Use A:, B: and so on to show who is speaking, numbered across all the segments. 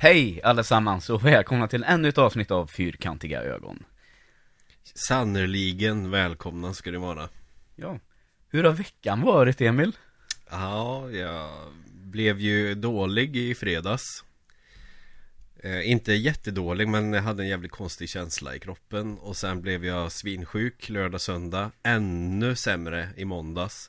A: Hej allesammans och välkomna till ännu ett avsnitt av Fyrkantiga ögon.
B: Sannerligen välkomna ska det vara.
A: Ja, hur har veckan varit, Emil?
B: Ja, jag blev ju dålig i fredags. Inte jättedålig, men jag hade en jävligt konstig känsla i kroppen. Och sen blev jag svinsjuk lördag, söndag. Ännu sämre i måndags.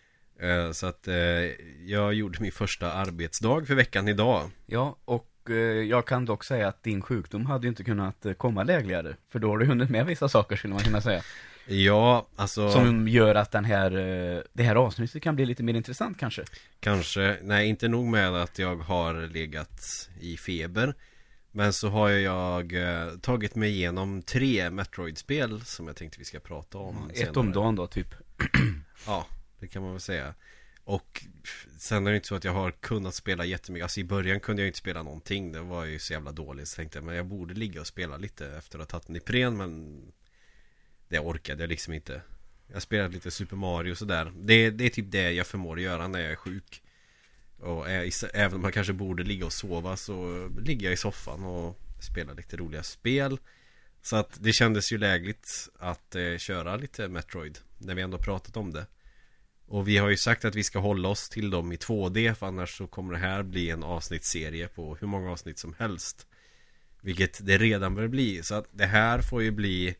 B: Så att jag gjorde min första arbetsdag för veckan idag.
A: Ja, och jag kan dock säga att din sjukdom hade ju inte kunnat komma lägligare. För då har du hunnit med vissa saker, skulle man kunna säga.
B: Ja, alltså...
A: Som gör att det här avsnittet kan bli lite mer intressant kanske.
B: Kanske, nej inte nog med att jag har legat i feber. Men så har jag tagit mig igenom 3 Metroid-spel som jag tänkte vi ska prata om
A: senare. Ett om dagen då, typ.
B: Ja, det kan man väl säga. Och sen är det inte så att jag har kunnat spela jättemycket. Alltså i början kunde jag inte spela någonting. Det var ju så jävla dåligt. Så tänkte jag, men jag borde ligga och spela lite efter att ha tagit en Ipren. Men det orkade jag liksom inte. Jag spelade lite Super Mario och sådär. Det är typ det jag förmår göra när jag är sjuk. Och även om man kanske borde ligga och sova, så ligger jag i soffan och spelar lite roliga spel. Så att det kändes ju lägligt att köra lite Metroid när vi ändå pratat om det. Och vi har ju sagt att vi ska hålla oss till dem i 2D, för annars så kommer det här bli en avsnittsserie på hur många avsnitt som helst. Vilket det redan börjar bli. Så att det här får ju bli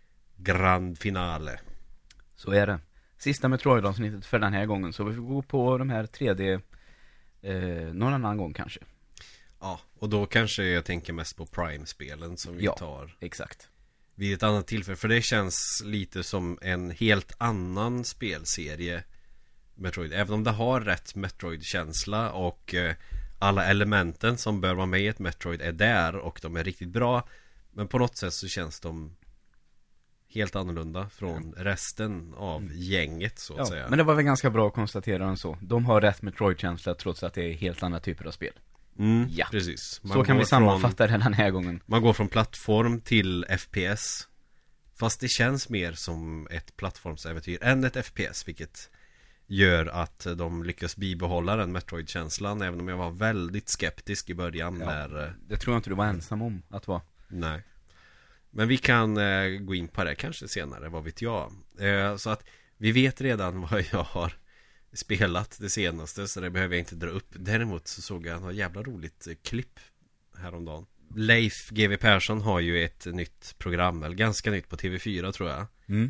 B: grand finale.
A: Så är det. Sista Metroid-avsnittet för den här gången. Så vi får gå på de här 3D någon annan gång kanske.
B: Ja, och då kanske jag tänker mest på Prime-spelen som vi tar.
A: Exakt.
B: Vid ett annat tillfälle. För det känns lite som en helt annan spelserie, Metroid. Även om det har rätt Metroid-känsla och alla elementen som bör vara med i ett Metroid är där och de är riktigt bra. Men på något sätt så känns de helt annorlunda från resten av gänget, så att säga.
A: Men det var väl ganska bra att konstatera den så. De har rätt Metroid-känsla trots att det är helt andra typer av spel.
B: Ja, precis.
A: Så kan vi sammanfatta det den här gången.
B: Man går från plattform till FPS. Fast det känns mer som ett plattformsäventyr än ett FPS, vilket gör att de lyckas bibehålla den Metroid-känslan. Även om jag var väldigt skeptisk i början.
A: Det tror jag inte du var ensam om att vara.
B: Nej. Men vi kan gå in på det kanske senare, vad vet jag. Så att vi vet redan vad jag har spelat det senaste, så det behöver jag inte dra upp. Däremot så såg jag något jävla roligt klipp häromdagen. Leif GW Persson har ju ett nytt program, eller ganska nytt, på TV4 tror jag.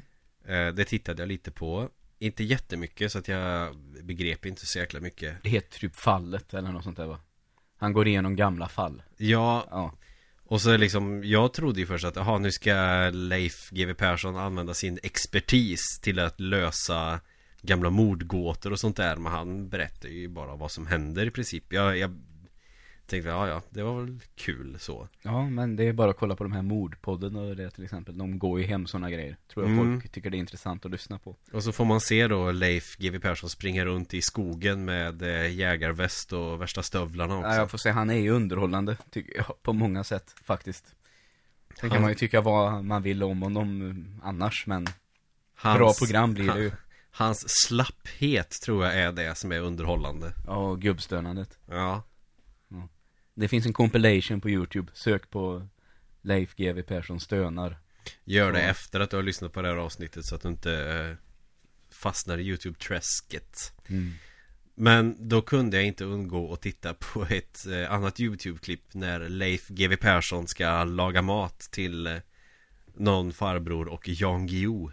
B: Det tittade jag lite på. Inte jättemycket, så att jag begrep inte så jäkla mycket.
A: Det heter typ Fallet eller något sånt där, va? Han går igenom gamla fall.
B: Ja. Och så liksom, jag trodde ju först att nu ska Leif GW Persson använda sin expertis till att lösa gamla mordgåtor och sånt där. Men han berättar ju bara vad som händer i princip. Jag tänkte, det var väl kul så.
A: Ja, men det är bara att kolla på de här mordpodden och det till exempel. De går ju hem såna grejer. Tror jag folk tycker det är intressant att lyssna på.
B: Och så får man se då Leif GW Persson springa runt i skogen med jägarväst och värsta stövlarna också.
A: Ja, jag får säga, han är ju underhållande tycker jag, på många sätt faktiskt. Sen kan man ju tycka vad man vill om honom annars, men bra program blir det ju.
B: Hans slapphet tror jag är det som är underhållande.
A: Ja, och gubbstönandet.
B: Ja.
A: Det finns en compilation på YouTube. Sök på Leif GW Persson stönar.
B: Gör det efter att du har lyssnat på det här avsnittet, så att du inte fastnar i YouTube-träsket. Men då kunde jag inte undgå att titta på ett annat YouTube-klipp när Leif GW Persson ska laga mat till någon farbror och Jan Guillou.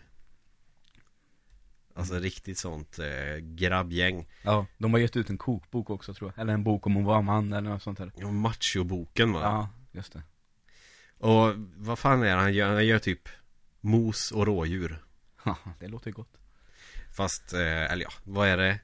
B: Alltså riktigt sånt grabbgäng.
A: Ja, de har gett ut en kokbok också tror jag. Eller en bok om att vara man eller något sånt här.
B: Ja, macho-boken, va?
A: Ja, just det.
B: Och vad fan är det han gör? Han gör typ mos och rådjur.
A: Ja, det låter gott.
B: Fast, vad är det?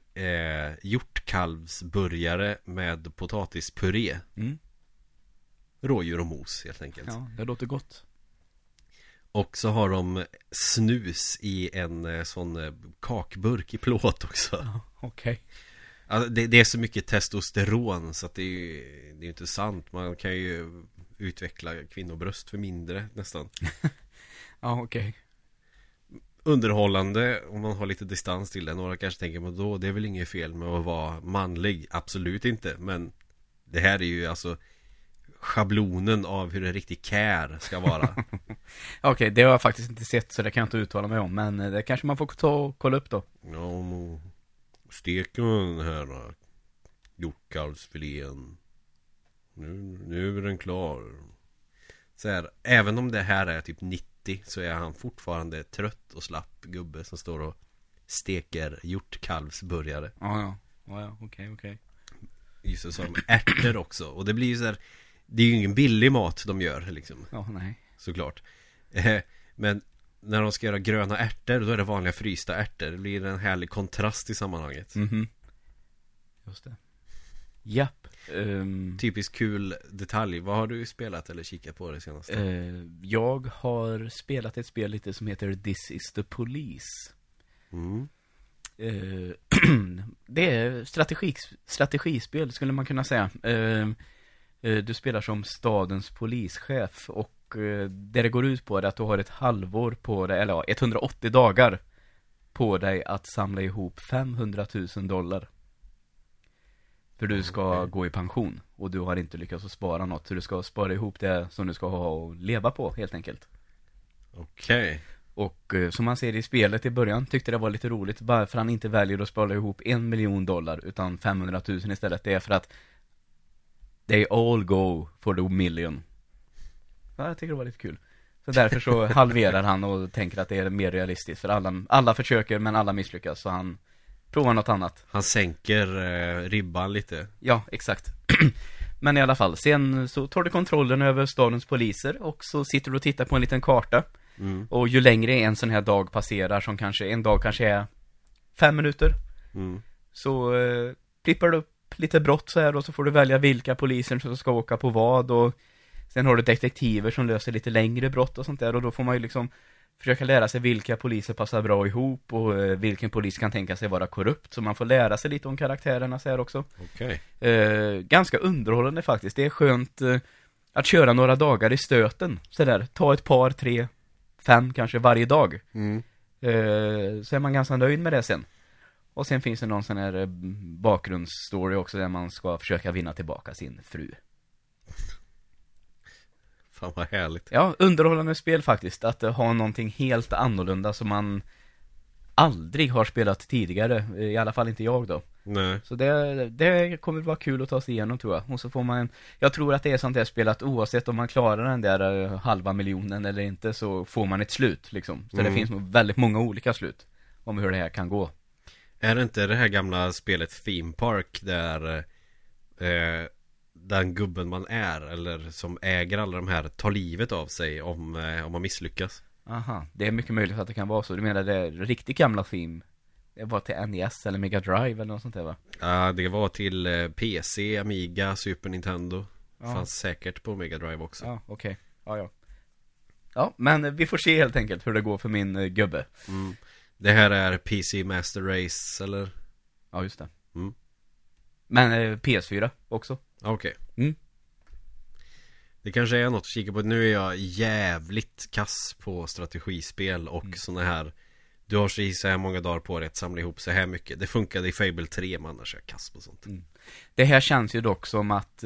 B: Hjortkalvsburgare med potatispuré. Rådjur och mos helt enkelt.
A: Ja, det låter gott.
B: Och så har de snus i en sån kakburk i plåt också.
A: Ja, okej.
B: Alltså, det är så mycket testosteron så att det är inte sant. Man kan ju utveckla kvinnobröst för mindre nästan.
A: Ja, okej.
B: Underhållande om man har lite distans till det. Några kanske tänker, men då det är väl inget fel med att vara manlig. Absolut inte. Men det här är ju alltså schablonen av hur en riktig care ska vara.
A: Okej, det har jag faktiskt inte sett så det kan jag inte uttala mig om. Men det kanske man får ta och kolla upp då.
B: Ja, steker man den här hjortkalvsfilén. Nu är den klar. Så här, även om det här är typ 90 så är han fortfarande trött och slapp gubbe som står och steker hjortkalvsburgare.
A: Ja, okej.
B: Just det, som ärtor också. Och det blir ju så här, det är ju ingen billig mat de gör liksom.
A: Ja, nej.
B: Såklart. Men när de ska göra gröna ärtor, då är det vanliga frysta ärtor. Det blir en härlig kontrast i sammanhanget.
A: Just det. Japp.
B: Typiskt kul detalj. Vad har du spelat eller kikat på det senaste?
A: Jag har spelat ett spel lite som heter This is the Police. Det är strategispel skulle man kunna säga. Du spelar som stadens polischef och det går ut på det att du har ett halvår på dig, eller 180 dagar på dig att samla ihop $500,000. För du ska gå i pension och du har inte lyckats att spara något. Så du ska spara ihop det som du ska ha och leva på helt enkelt.
B: Okej.
A: Och som man ser i spelet i början tyckte det var lite roligt. Bara för att han inte väljer att spara ihop $1 miljon utan 500,000 istället. Det är för att they all go for the million. Ja, jag tycker det var lite kul. Så därför så halverar han och tänker att det är mer realistiskt. För alla försöker men alla misslyckas. Så han provar något annat.
B: Han sänker ribban lite.
A: Ja, exakt. Men i alla fall, sen så tar du kontrollen över stadens poliser. Och så sitter du och tittar på en liten karta. Och ju längre en sån här dag passerar, som en dag kanske är 5 minuter, så plippar du upp lite brott så här. Och så får du välja vilka poliser som ska åka på vad. Och sen har du detektiver som löser lite längre brott och sånt där. Och då får man ju liksom försöka lära sig vilka poliser passar bra ihop och vilken polis kan tänka sig vara korrupt. Så man får lära sig lite om karaktärerna så här också. Ganska underhållande faktiskt. Det är skönt att köra några dagar i stöten. Så där, ta ett par, 3, 5 kanske varje dag. Så är man ganska nöjd med det sen. Och sen finns det någon sån här bakgrundsstory också där man ska försöka vinna tillbaka sin fru.
B: Fan vad härligt.
A: Ja, underhållande spel faktiskt. Att ha någonting helt annorlunda som man aldrig har spelat tidigare. I alla fall inte jag då.
B: Nej.
A: Så det kommer vara kul att ta sig igenom tror jag. Och så får man, jag tror att det är sånt där spel att oavsett om man klarar den där $500,000 eller inte så får man ett slut liksom. Så det finns nog väldigt många olika slut om hur det här kan gå.
B: Är det inte det här gamla spelet Theme Park där den gubben man är eller som äger alla de här tar livet av sig om man misslyckas?
A: Aha, det är mycket möjligt att det kan vara så. Du menar det riktigt gamla Theme? Det var till NES eller Mega Drive eller något sånt där va?
B: Ja, det var till PC, Amiga, Super Nintendo. Fanns säkert på Mega Drive också.
A: Ja, okej. Ja. Ja, men vi får se helt enkelt hur det går för min gubbe.
B: Det här är PC Master Race, eller?
A: Ja, just det. Men PS4 också.
B: Okej. Det kanske är något att kika på. Nu är jag jävligt kass på strategispel och såna här. Du har så här många dagar på dig att samla ihop så här mycket. Det funkade i Fable 3, men annars är jag kass på sånt.
A: Det här känns ju dock som att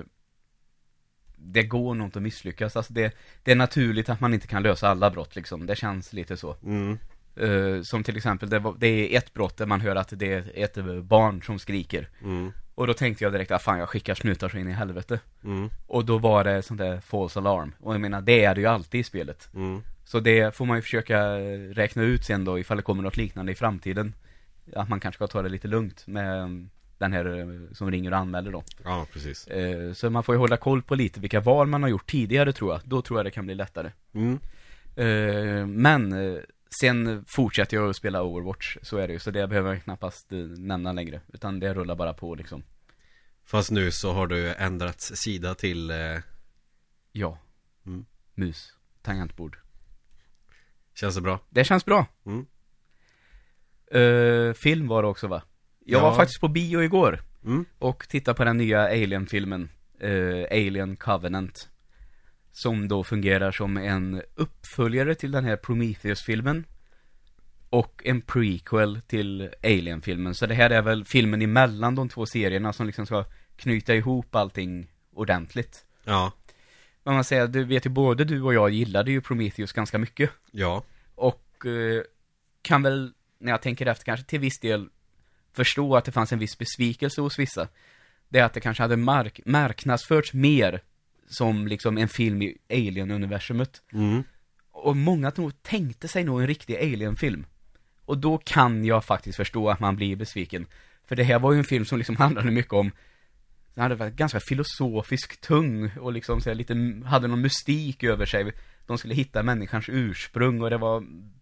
A: det går nog inte att misslyckas. Alltså det är naturligt att man inte kan lösa alla brott liksom. Det känns lite så. Som till exempel, det är ett brott där man hör att det är ett barn som skriker. Och då tänkte jag direkt, fan jag skickar snutar så in i helvete. Och då var det sånt där false alarm. Och jag menar, det är det ju alltid i spelet. Så det får man ju försöka räkna ut sen då, ifall det kommer något liknande i framtiden. Att man kanske ska ta det lite lugnt med den här som ringer och anmäler då.
B: Ja, precis.
A: Så man får ju hålla koll på lite vilka val man har gjort tidigare tror jag. Då tror jag det kan bli lättare. Men sen fortsätter jag att spela Overwatch, så är det ju. Så det behöver jag knappast nämna längre. Utan det rullar bara på liksom.
B: Fast nu så har du ändrat sida till
A: Ja. Mus, tangentbord.
B: Känns det bra?
A: Det känns bra. Film var det också va? Jag var faktiskt på bio igår och tittade på den nya Alien-filmen Alien Covenant, som då fungerar som en uppföljare till den här Prometheus-filmen och en prequel till Alien-filmen. Så det här är väl filmen emellan de två serierna som liksom ska knyta ihop allting ordentligt.
B: Ja.
A: Men man säger, du vet ju, både du och jag gillade ju Prometheus ganska mycket.
B: Ja.
A: Och kan väl, när jag tänker efter, kanske till viss del förstå att det fanns en viss besvikelse hos vissa. Det är att det kanske hade marknadsförts mer som liksom en film i Alien-universumet. Och många tänkte sig nog en riktig Alien-film. Och då kan jag faktiskt förstå att man blir besviken. För det här var ju en film som liksom handlade mycket om, den hade varit ganska filosofisk, tung och liksom så här, lite, hade någon mystik över sig. De skulle hitta människans ursprung och det var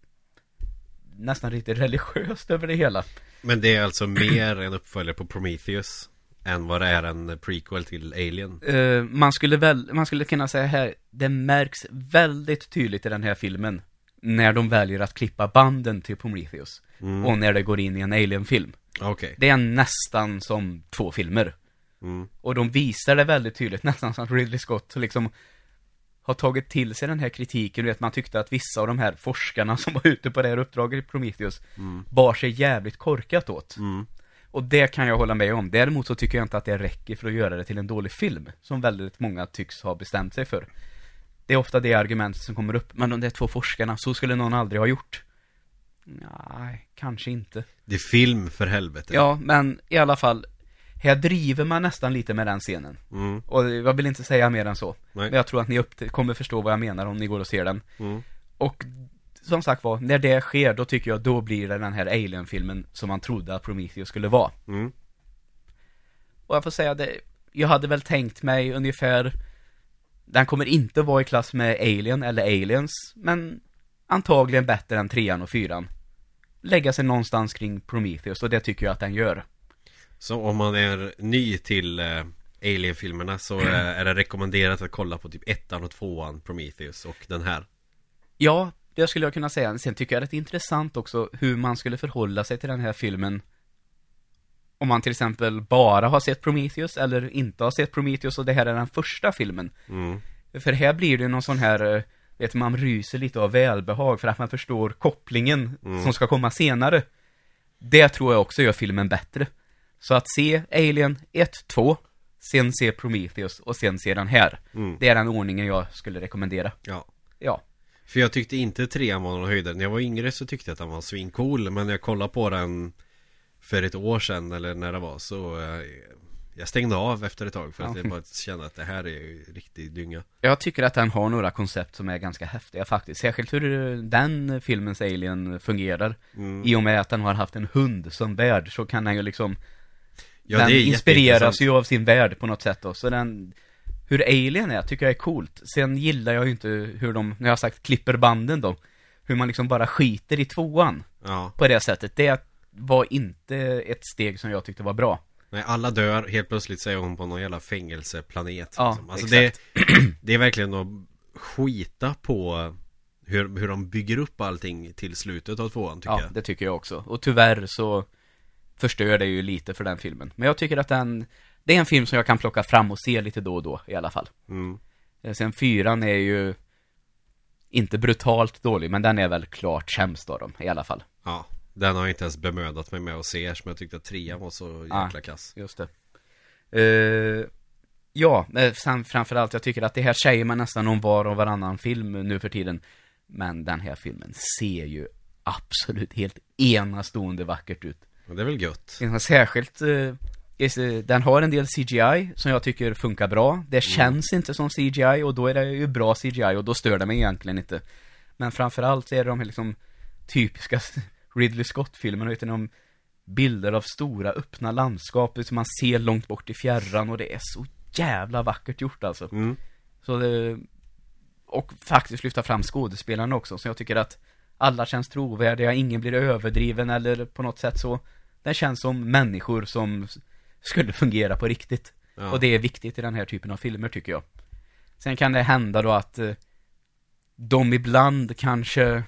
A: nästan riktigt religiöst över det hela.
B: Men det är alltså mer en uppföljare på Prometheus än vad det är en prequel till Alien.
A: Man skulle kunna säga här, det märks väldigt tydligt i den här filmen när de väljer att klippa banden till Prometheus och när det går in i en Alien-film.
B: Okay.
A: Det är nästan som 2 filmer. Och de visar det väldigt tydligt, nästan som att Ridley Scott liksom har tagit till sig den här kritiken. Du vet, man tyckte att vissa av de här forskarna som var ute på det här uppdraget i Prometheus bar sig jävligt korkat åt. Och det kan jag hålla med om. Däremot så tycker jag inte att det räcker för att göra det till en dålig film, som väldigt många tycks ha bestämt sig för. Det är ofta det argumentet som kommer upp. Men de där 2 forskarna, så skulle någon aldrig ha gjort. Nej, kanske inte.
B: Det är film för helvete.
A: Ja, men i alla fall, här driver man nästan lite med den scenen. Och jag vill inte säga mer än så.
B: Nej.
A: Men jag tror att ni kommer förstå vad jag menar om ni går och ser den. Och som sagt var, när det sker, då tycker jag då blir det den här Alien-filmen som man trodde att Prometheus skulle vara. Och jag får säga det, jag hade väl tänkt mig ungefär, den kommer inte vara i klass med Alien eller Aliens, men antagligen bättre än 3:an och 4:an. Lägga sig någonstans kring Prometheus, och det tycker jag att den gör.
B: Så om man är ny till Alien-filmerna så är det rekommenderat att kolla på typ 1:an och 2:an Prometheus och den här.
A: Ja, det skulle jag kunna säga. Sen tycker jag att det är intressant också hur man skulle förhålla sig till den här filmen om man till exempel bara har sett Prometheus eller inte har sett Prometheus och det här är den första filmen. För här blir det någon sån här, vet man ryser lite av välbehag för att man förstår kopplingen som ska komma senare. Det tror jag också gör filmen bättre. Så att se Alien 1, 2, sen se Prometheus och sen se den här. Det är den ordningen jag skulle rekommendera. Ja.
B: För jag tyckte inte 3:an var någon höjdare. När jag var yngre så tyckte jag att den var svincool. Men när jag kollade på den för ett år sedan eller när det var så jag stängde av efter ett tag för att jag bara kände att det här är riktigt dynga.
A: Jag tycker att den har några koncept som är ganska häftiga faktiskt. Särskilt hur den filmens Alien fungerar. I och med att den har haft en hund som värld så kan den ju liksom den inspireras ju av sin värld på något sätt då. Så hur Alien är tycker jag är coolt. Sen gillar jag ju inte hur de, när jag har sagt klipper banden då, hur man liksom bara skiter i 2:an på det sättet. Det var inte ett steg som jag tyckte var bra.
B: Nej, alla dör, helt plötsligt säger hon på någon jävla fängelseplanet.
A: Ja,
B: liksom. Alltså det är verkligen att skita på hur de bygger upp allting till slutet av 2:an tycker jag.
A: Ja, det tycker jag också. Och tyvärr så förstör det ju lite för den filmen. Men jag tycker att det är en film som jag kan plocka fram och se lite då och då i alla fall. Sen 4:an är ju inte brutalt dålig, men den är väl klart sämst av dem i alla fall.
B: Ja, den har jag inte ens bemödat mig med att se, som jag tyckte att 3:an var så jäkla kass.
A: Just det. Sen framförallt, jag tycker att det här säger man nästan om var och varannan film nu för tiden. Men den här filmen ser ju absolut helt enastående vackert ut.
B: Och det är väl gött.
A: Särskilt den har en del CGI som jag tycker funkar bra. Det känns inte som CGI och då är det ju bra CGI och då stör det mig egentligen inte. Men framförallt är det de här liksom typiska Ridley Scott-filmerna, vet ni, bilder av stora öppna landskap som man ser långt bort i fjärran och det är så jävla vackert gjort alltså. Så och faktiskt lyfta fram skådespelarna också, så jag tycker att alla känns trovärdiga, ingen blir överdriven eller på något sätt så. Den känns som människor som skulle fungera på riktigt. Och det är viktigt i den här typen av filmer tycker jag. Sen kan det hända då att de ibland kanske,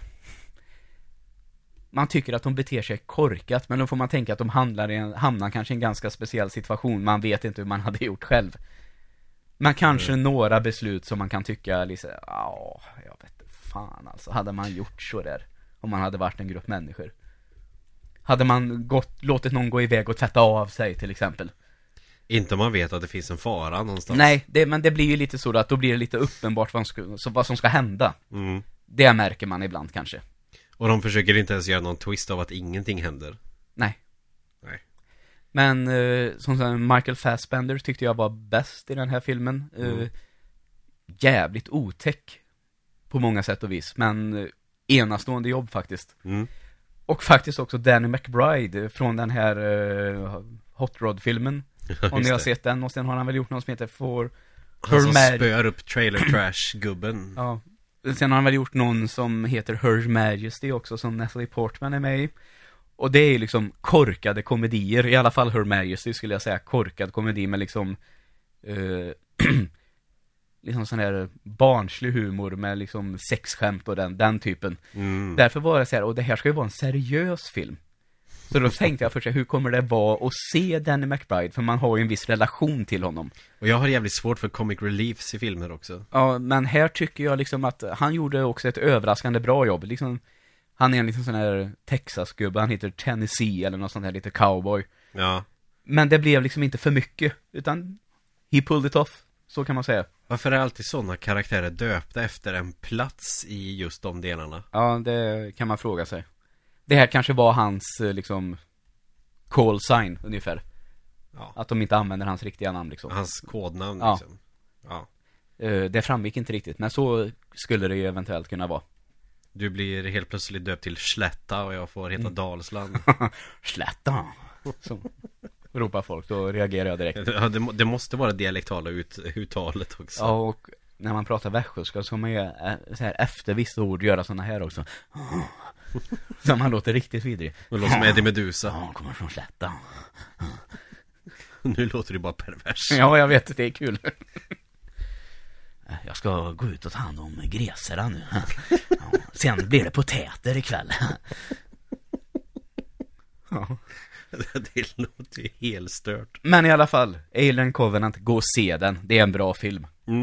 A: man tycker att de beter sig korkat, men då får man tänka att de hamnar kanske i en ganska speciell situation. Man vet inte hur man hade gjort själv. Men kanske några beslut som man kan tycka liksom, jag vet fan alltså, hade man gjort så där om man hade varit en grupp människor? Hade man låtit någon gå iväg och tvätta av sig till exempel?
B: Inte om man vet att det finns en fara någonstans.
A: Nej, men det blir ju lite så att då blir det lite uppenbart vad som ska hända. Det märker man ibland kanske.
B: Och de försöker inte ens göra någon twist av att ingenting händer.
A: Nej. Men som Michael Fassbender tyckte jag var bäst i den här filmen. Jävligt otäck på många sätt och vis. Men enastående jobb faktiskt. Och faktiskt också Danny McBride från den här Hot Rod-filmen. Om ni har sett den. Och sen har han väl gjort någon som heter
B: Han som spör upp Trailer Trash-gubben.
A: Ja. Sen har han väl gjort någon som heter Her Majesty också, som Natalie Portman är med i. Och det är liksom korkade komedier. I alla fall Her Majesty skulle jag säga. Korkad komedi med liksom liksom sån här barnslig humor med liksom sexskämt och den typen. Därför var det så här, och det här ska ju vara en seriös film. Så då tänkte jag för sig, hur kommer det vara att se Danny McBride? För man har ju en viss relation till honom.
B: Och jag har jävligt svårt för comic reliefs i filmer också.
A: Ja, men här tycker jag liksom att han gjorde också ett överraskande bra jobb. Liksom, han är en liksom sån här Texas-gubbe, han heter Tennessee eller något sånt här, lite cowboy.
B: Ja.
A: Men det blev liksom inte för mycket, utan he pulled it off, så kan man säga.
B: Varför är alltid sådana karaktärer döpta efter en plats i just de delarna?
A: Ja, det kan man fråga sig. Det här kanske var hans liksom call sign ungefär. Ja. Att de inte använder hans riktiga namn liksom.
B: Hans kodnamn
A: ja.
B: liksom. Ja.
A: Det framgick inte riktigt, men så skulle det ju eventuellt kunna vara.
B: Du blir helt plötsligt döpt till Slätta och jag får heta Dalsland.
A: Slätta. Så ropar folk, då reagerar jag direkt.
B: Ja, det måste vara dialektala uttalet också.
A: Ja, och när man pratar västgötska så man ju så här efter vissa ord göra såna här också. Så man låter riktigt vidrig.
B: Det låter som Eddie Medusa.
A: Ja, kommer från Slätta.
B: Nu låter det bara pervers.
A: Ja, jag vet att det är kul. Jag ska gå ut och ta hand om gräserna nu. Ja, sen blir det potäter ikväll.
B: Ja. Det låter ju helt stört.
A: Men i alla fall, Alien Covenant, gå och se den. Det är en bra film.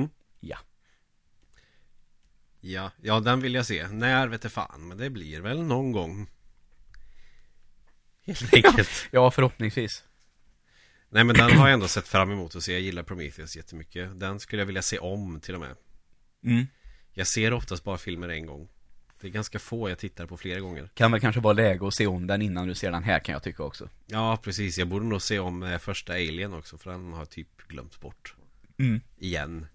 B: Ja, den vill jag se. När vet jag fan, men det blir väl någon gång. Helt enkelt.
A: Ja, förhoppningsvis.
B: Nej, men den har jag ändå sett fram emot att se. Jag gillar Prometheus jättemycket. Den skulle jag vilja se om till och med. Jag ser oftast bara filmer en gång. Det är ganska få jag tittar på flera gånger.
A: Kan väl kanske vara läge att se om den innan du ser den här, kan jag tycka också.
B: Ja, precis. Jag borde nog se om första Alien också, för den har typ glömt bort. Igen.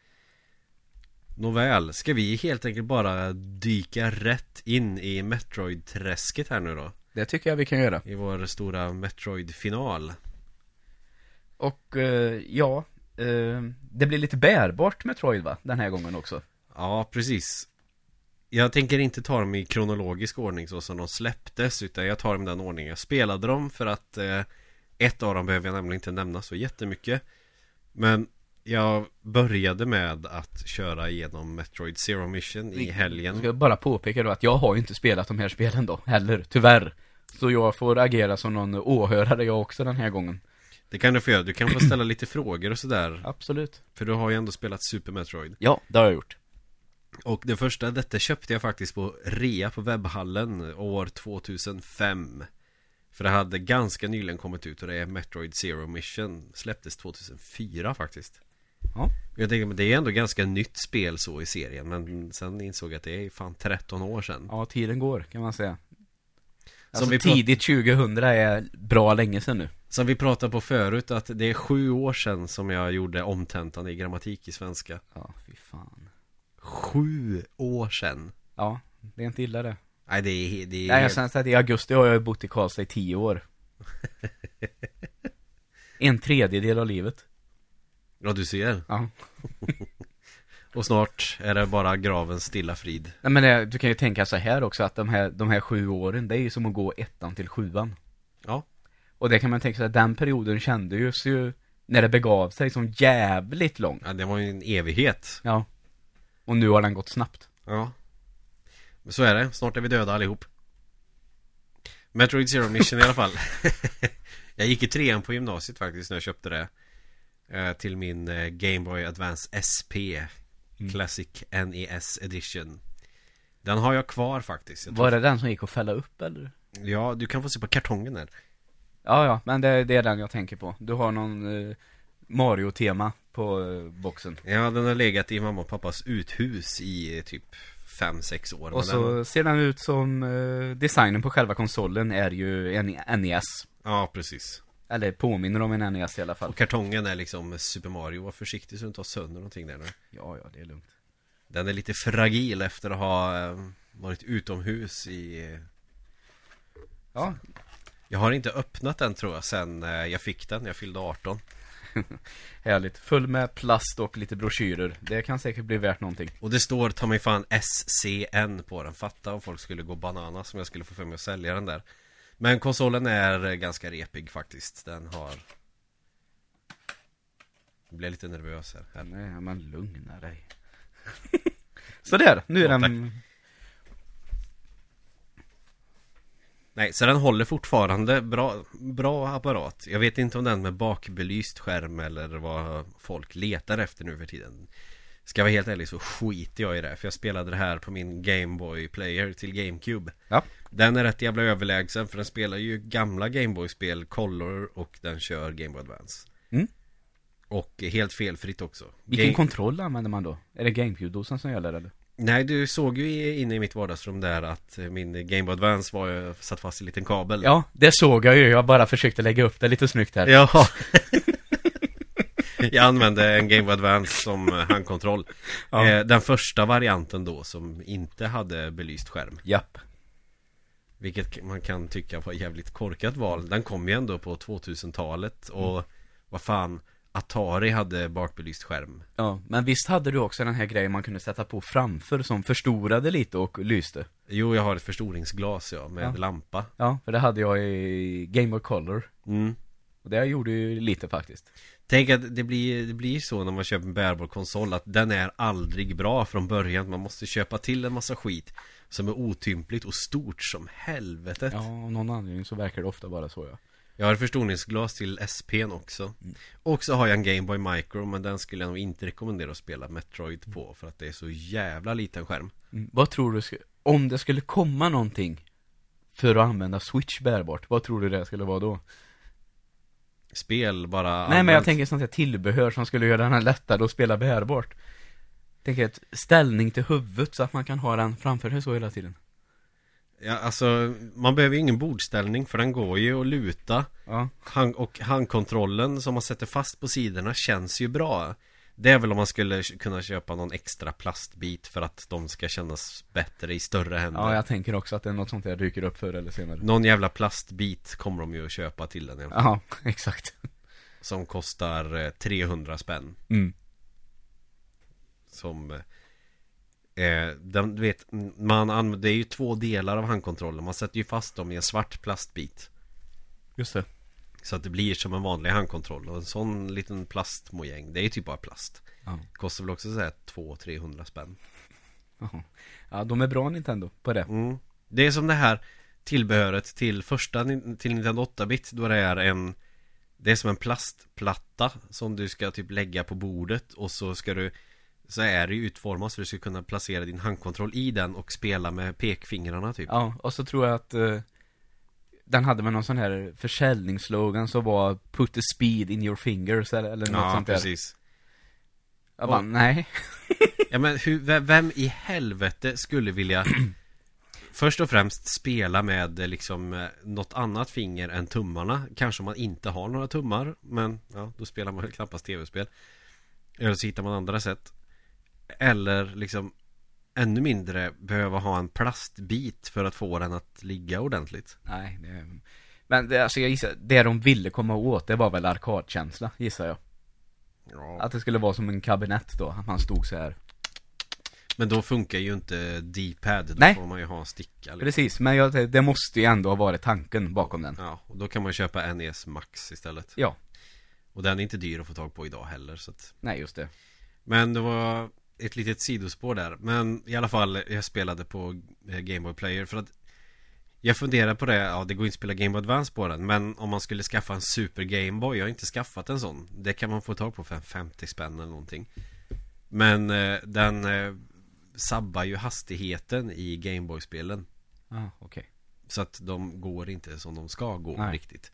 B: Nåväl, ska vi helt enkelt bara dyka rätt in i Metroid-träsket här nu då?
A: Det tycker jag vi kan göra.
B: I vår stora Metroid-final.
A: Och det blir lite bärbart Metroid, va? Den här gången också.
B: Ja, precis. Jag tänker inte ta dem i kronologisk ordning så som de släpptes, utan jag tar dem i den ordningen jag spelade dem, för att ett av dem behöver jag nämligen inte nämna så jättemycket. Men jag började med att köra igenom Metroid Zero Mission i helgen.
A: Jag ska bara påpeka då att jag har ju inte spelat de här spelen då heller, tyvärr. Så jag får agera som någon åhörare jag också den här gången.
B: Det kan du få göra, du kan få ställa lite frågor och sådär.
A: Absolut.
B: För du har ju ändå spelat Super Metroid.
A: Ja, det har jag gjort.
B: Och det första, detta köpte jag faktiskt på rea på webbhallen år 2005. För det hade ganska nyligen kommit ut, och det är Metroid Zero Mission. Släpptes 2004 faktiskt.
A: Ja.
B: Jag tänker, men det är ändå ganska nytt spel så i serien. Men sen insåg jag att det är fan 13 år sedan.
A: Ja, tiden går kan man säga. Alltså tidigt 2000 är bra länge sedan nu.
B: Som vi pratade på förut, att det är 7 år sedan som jag gjorde omtentan i grammatik i svenska.
A: Ja, fy fan.
B: 7 år sedan.
A: Ja, det är inte illa det.
B: Nej, det är
A: Nej, jag känner att i augusti har jag bott i Karlstad i 10 år. En tredjedel av livet.
B: Ja, du ser.
A: Ja.
B: Och snart är det bara gravens stilla frid.
A: Nej, men du kan ju tänka så här också, att de här 7 åren, det är ju som att gå 1:an till 7:an.
B: Ja.
A: Och det kan man tänka sig att den perioden kände ju när det begav sig som jävligt lång.
B: Ja, det var ju en evighet.
A: Ja. Och nu har den gått snabbt.
B: Ja. Men så är det, snart är vi döda allihop. Metroid Zero Mission i alla fall. Jag gick i 3:an på gymnasiet faktiskt när jag köpte det. Till min Game Boy Advance SP Classic NES Edition. Den har jag kvar faktiskt.
A: Var det den som gick att fälla upp eller?
B: Ja, du kan få se på kartongen där.
A: Ja, men det är den jag tänker på. Du har någon Mario-tema på boxen.
B: Ja, den har legat i mamma och pappas uthus i typ 5-6 år.
A: Och så ser den ut som designen på själva konsolen är ju en NES.
B: Ja, precis.
A: Eller påminner om en NES i alla fall.
B: Och kartongen är liksom Super Mario. Var försiktig så du inte har sönder någonting där nu.
A: Ja, det är lugnt.
B: Den är lite fragil efter att ha varit utomhus i...
A: Ja.
B: Jag har inte öppnat den tror jag sen jag fick den. Jag fyllde 18.
A: Härligt. Full med plast och lite broschyrer. Det kan säkert bli värt någonting.
B: Och det står ta mig fan SCN på den. Fatta om folk skulle gå banana som jag skulle få för mig att sälja den där. Men konsolen är ganska repig faktiskt. Den har... Jag blir lite nervös här.
A: Nej, men lugna dig. Så där, nu är den...
B: Nej, så den håller fortfarande bra apparat. Jag vet inte om den med bakbelyst skärm eller vad folk letar efter nu för tiden. Ska jag vara helt ärlig så skiter jag i det. För jag spelade det här på min Game Boy Player till GameCube.
A: Ja.
B: Den är rätt jävla överlägsen för den spelar ju gamla Game Boy-spel Color och den kör Game Boy Advance.
A: Mm.
B: Och helt felfritt också.
A: Vilken kontroll använder man då? Är det GameCube-dosan som gäller eller?
B: Nej, du såg ju inne i mitt vardagsrum där att min Game Boy Advance var satt fast i en liten kabel.
A: Ja, det såg jag ju. Jag bara försökte lägga upp det lite snyggt här.
B: Ja. Jag använde en Game Boy Advance som handkontroll. Ja. Den första varianten då som inte hade belyst skärm.
A: Japp.
B: Vilket man kan tycka var jävligt korkat val. Den kom ju ändå på 2000-talet och vad fan, Atari hade bakbelyst skärm.
A: Ja, men visst hade du också den här grejen man kunde sätta på framför som förstorade lite och lyste?
B: Jo, jag har ett förstoringsglas med lampa.
A: Ja, för det hade jag i Game Boy Color. Och det gjorde ju lite faktiskt.
B: Tänk att det blir så när man köper en bärbar konsol att den är aldrig bra från början. Man måste köpa till en massa skit som är otympligt och stort som helvetet.
A: Ja, av någon anledning så verkar det ofta bara så, ja.
B: Jag har ett förstoringsglas till SP:n också. Och så har jag en Game Boy Micro, men den skulle jag nog inte rekommendera att spela Metroid på för att det är så jävla liten skärm.
A: Vad tror du, om det skulle komma någonting för att använda Switch bärbart, vad tror du det skulle vara då?
B: Spel bara...
A: Nej, men jag tänker sånt här tillbehör som skulle göra den här lättare att spela bärbart. Tänker ett ställning till huvudet så att man kan ha den framför sig så hela tiden.
B: Ja, alltså, man behöver ju ingen bordställning för den går ju att luta.
A: Ja.
B: Och handkontrollen som man sätter fast på sidorna känns ju bra. Det är väl om man skulle kunna köpa någon extra plastbit för att de ska kännas bättre i större händer.
A: Ja, jag tänker också att det är något sånt där dyker upp förr eller senare.
B: Någon jävla plastbit kommer de ju att köpa till den.
A: Ja, exakt.
B: Som kostar 300 spänn. Som... du vet, det är ju 2 delar av handkontrollen. Man sätter ju fast dem i en svart plastbit.
A: Just det.
B: Så att det blir som en vanlig handkontroll. Och en sån liten plastmojäng, det är ju typ bara plast. Kostar väl också så här 200-300 spänn.
A: Ja, de är bra Nintendo på det.
B: Det är som det här tillbehöret till Nintendo 8-bit. Då det är som en plastplatta som du ska typ lägga på bordet. Och så är det ju utformat så du ska kunna placera din handkontroll i den och spela med pekfingrarna typ.
A: Ja, och så tror jag att den hade med någon sån här försäljningsslogan som var put the speed in your fingers eller något sånt där.
B: Ja, precis.
A: Jag bara, nej.
B: Ja, men vem i helvete skulle vilja först och främst spela med liksom något annat finger än tummarna? Kanske man inte har några tummar, men ja, då spelar man knappast tv-spel. Eller så hittar man andra sätt. Eller liksom ännu mindre behöva ha en plastbit för att få den att ligga ordentligt.
A: Nej, men alltså jag gissar, det de ville komma åt, det var väl arkadkänsla, gissar jag.
B: Ja.
A: Att det skulle vara som en kabinett då, att man stod så här.
B: Men då funkar ju inte D-pad, då
A: Nej.
B: Får man ju ha en sticka liksom.
A: Precis, men det måste ju ändå ha varit tanken bakom den.
B: Ja, och då kan man köpa NES Max istället.
A: Ja. Och
B: den är inte dyr att få tag på idag heller så att...
A: Nej, just det.
B: Men det var ett litet sidospår där. Men i alla fall, jag spelade på Game Boy Player för att jag funderar på det, ja det går inte att spela Game Boy Advance på den. Men om man skulle skaffa en Super Game Boy, jag har inte skaffat en sån. Det kan man få tag på för 50 spänn eller någonting. Men den sabbar ju hastigheten i Game Boy-spelen.
A: Okej.
B: Så att de går inte som de ska gå riktigt.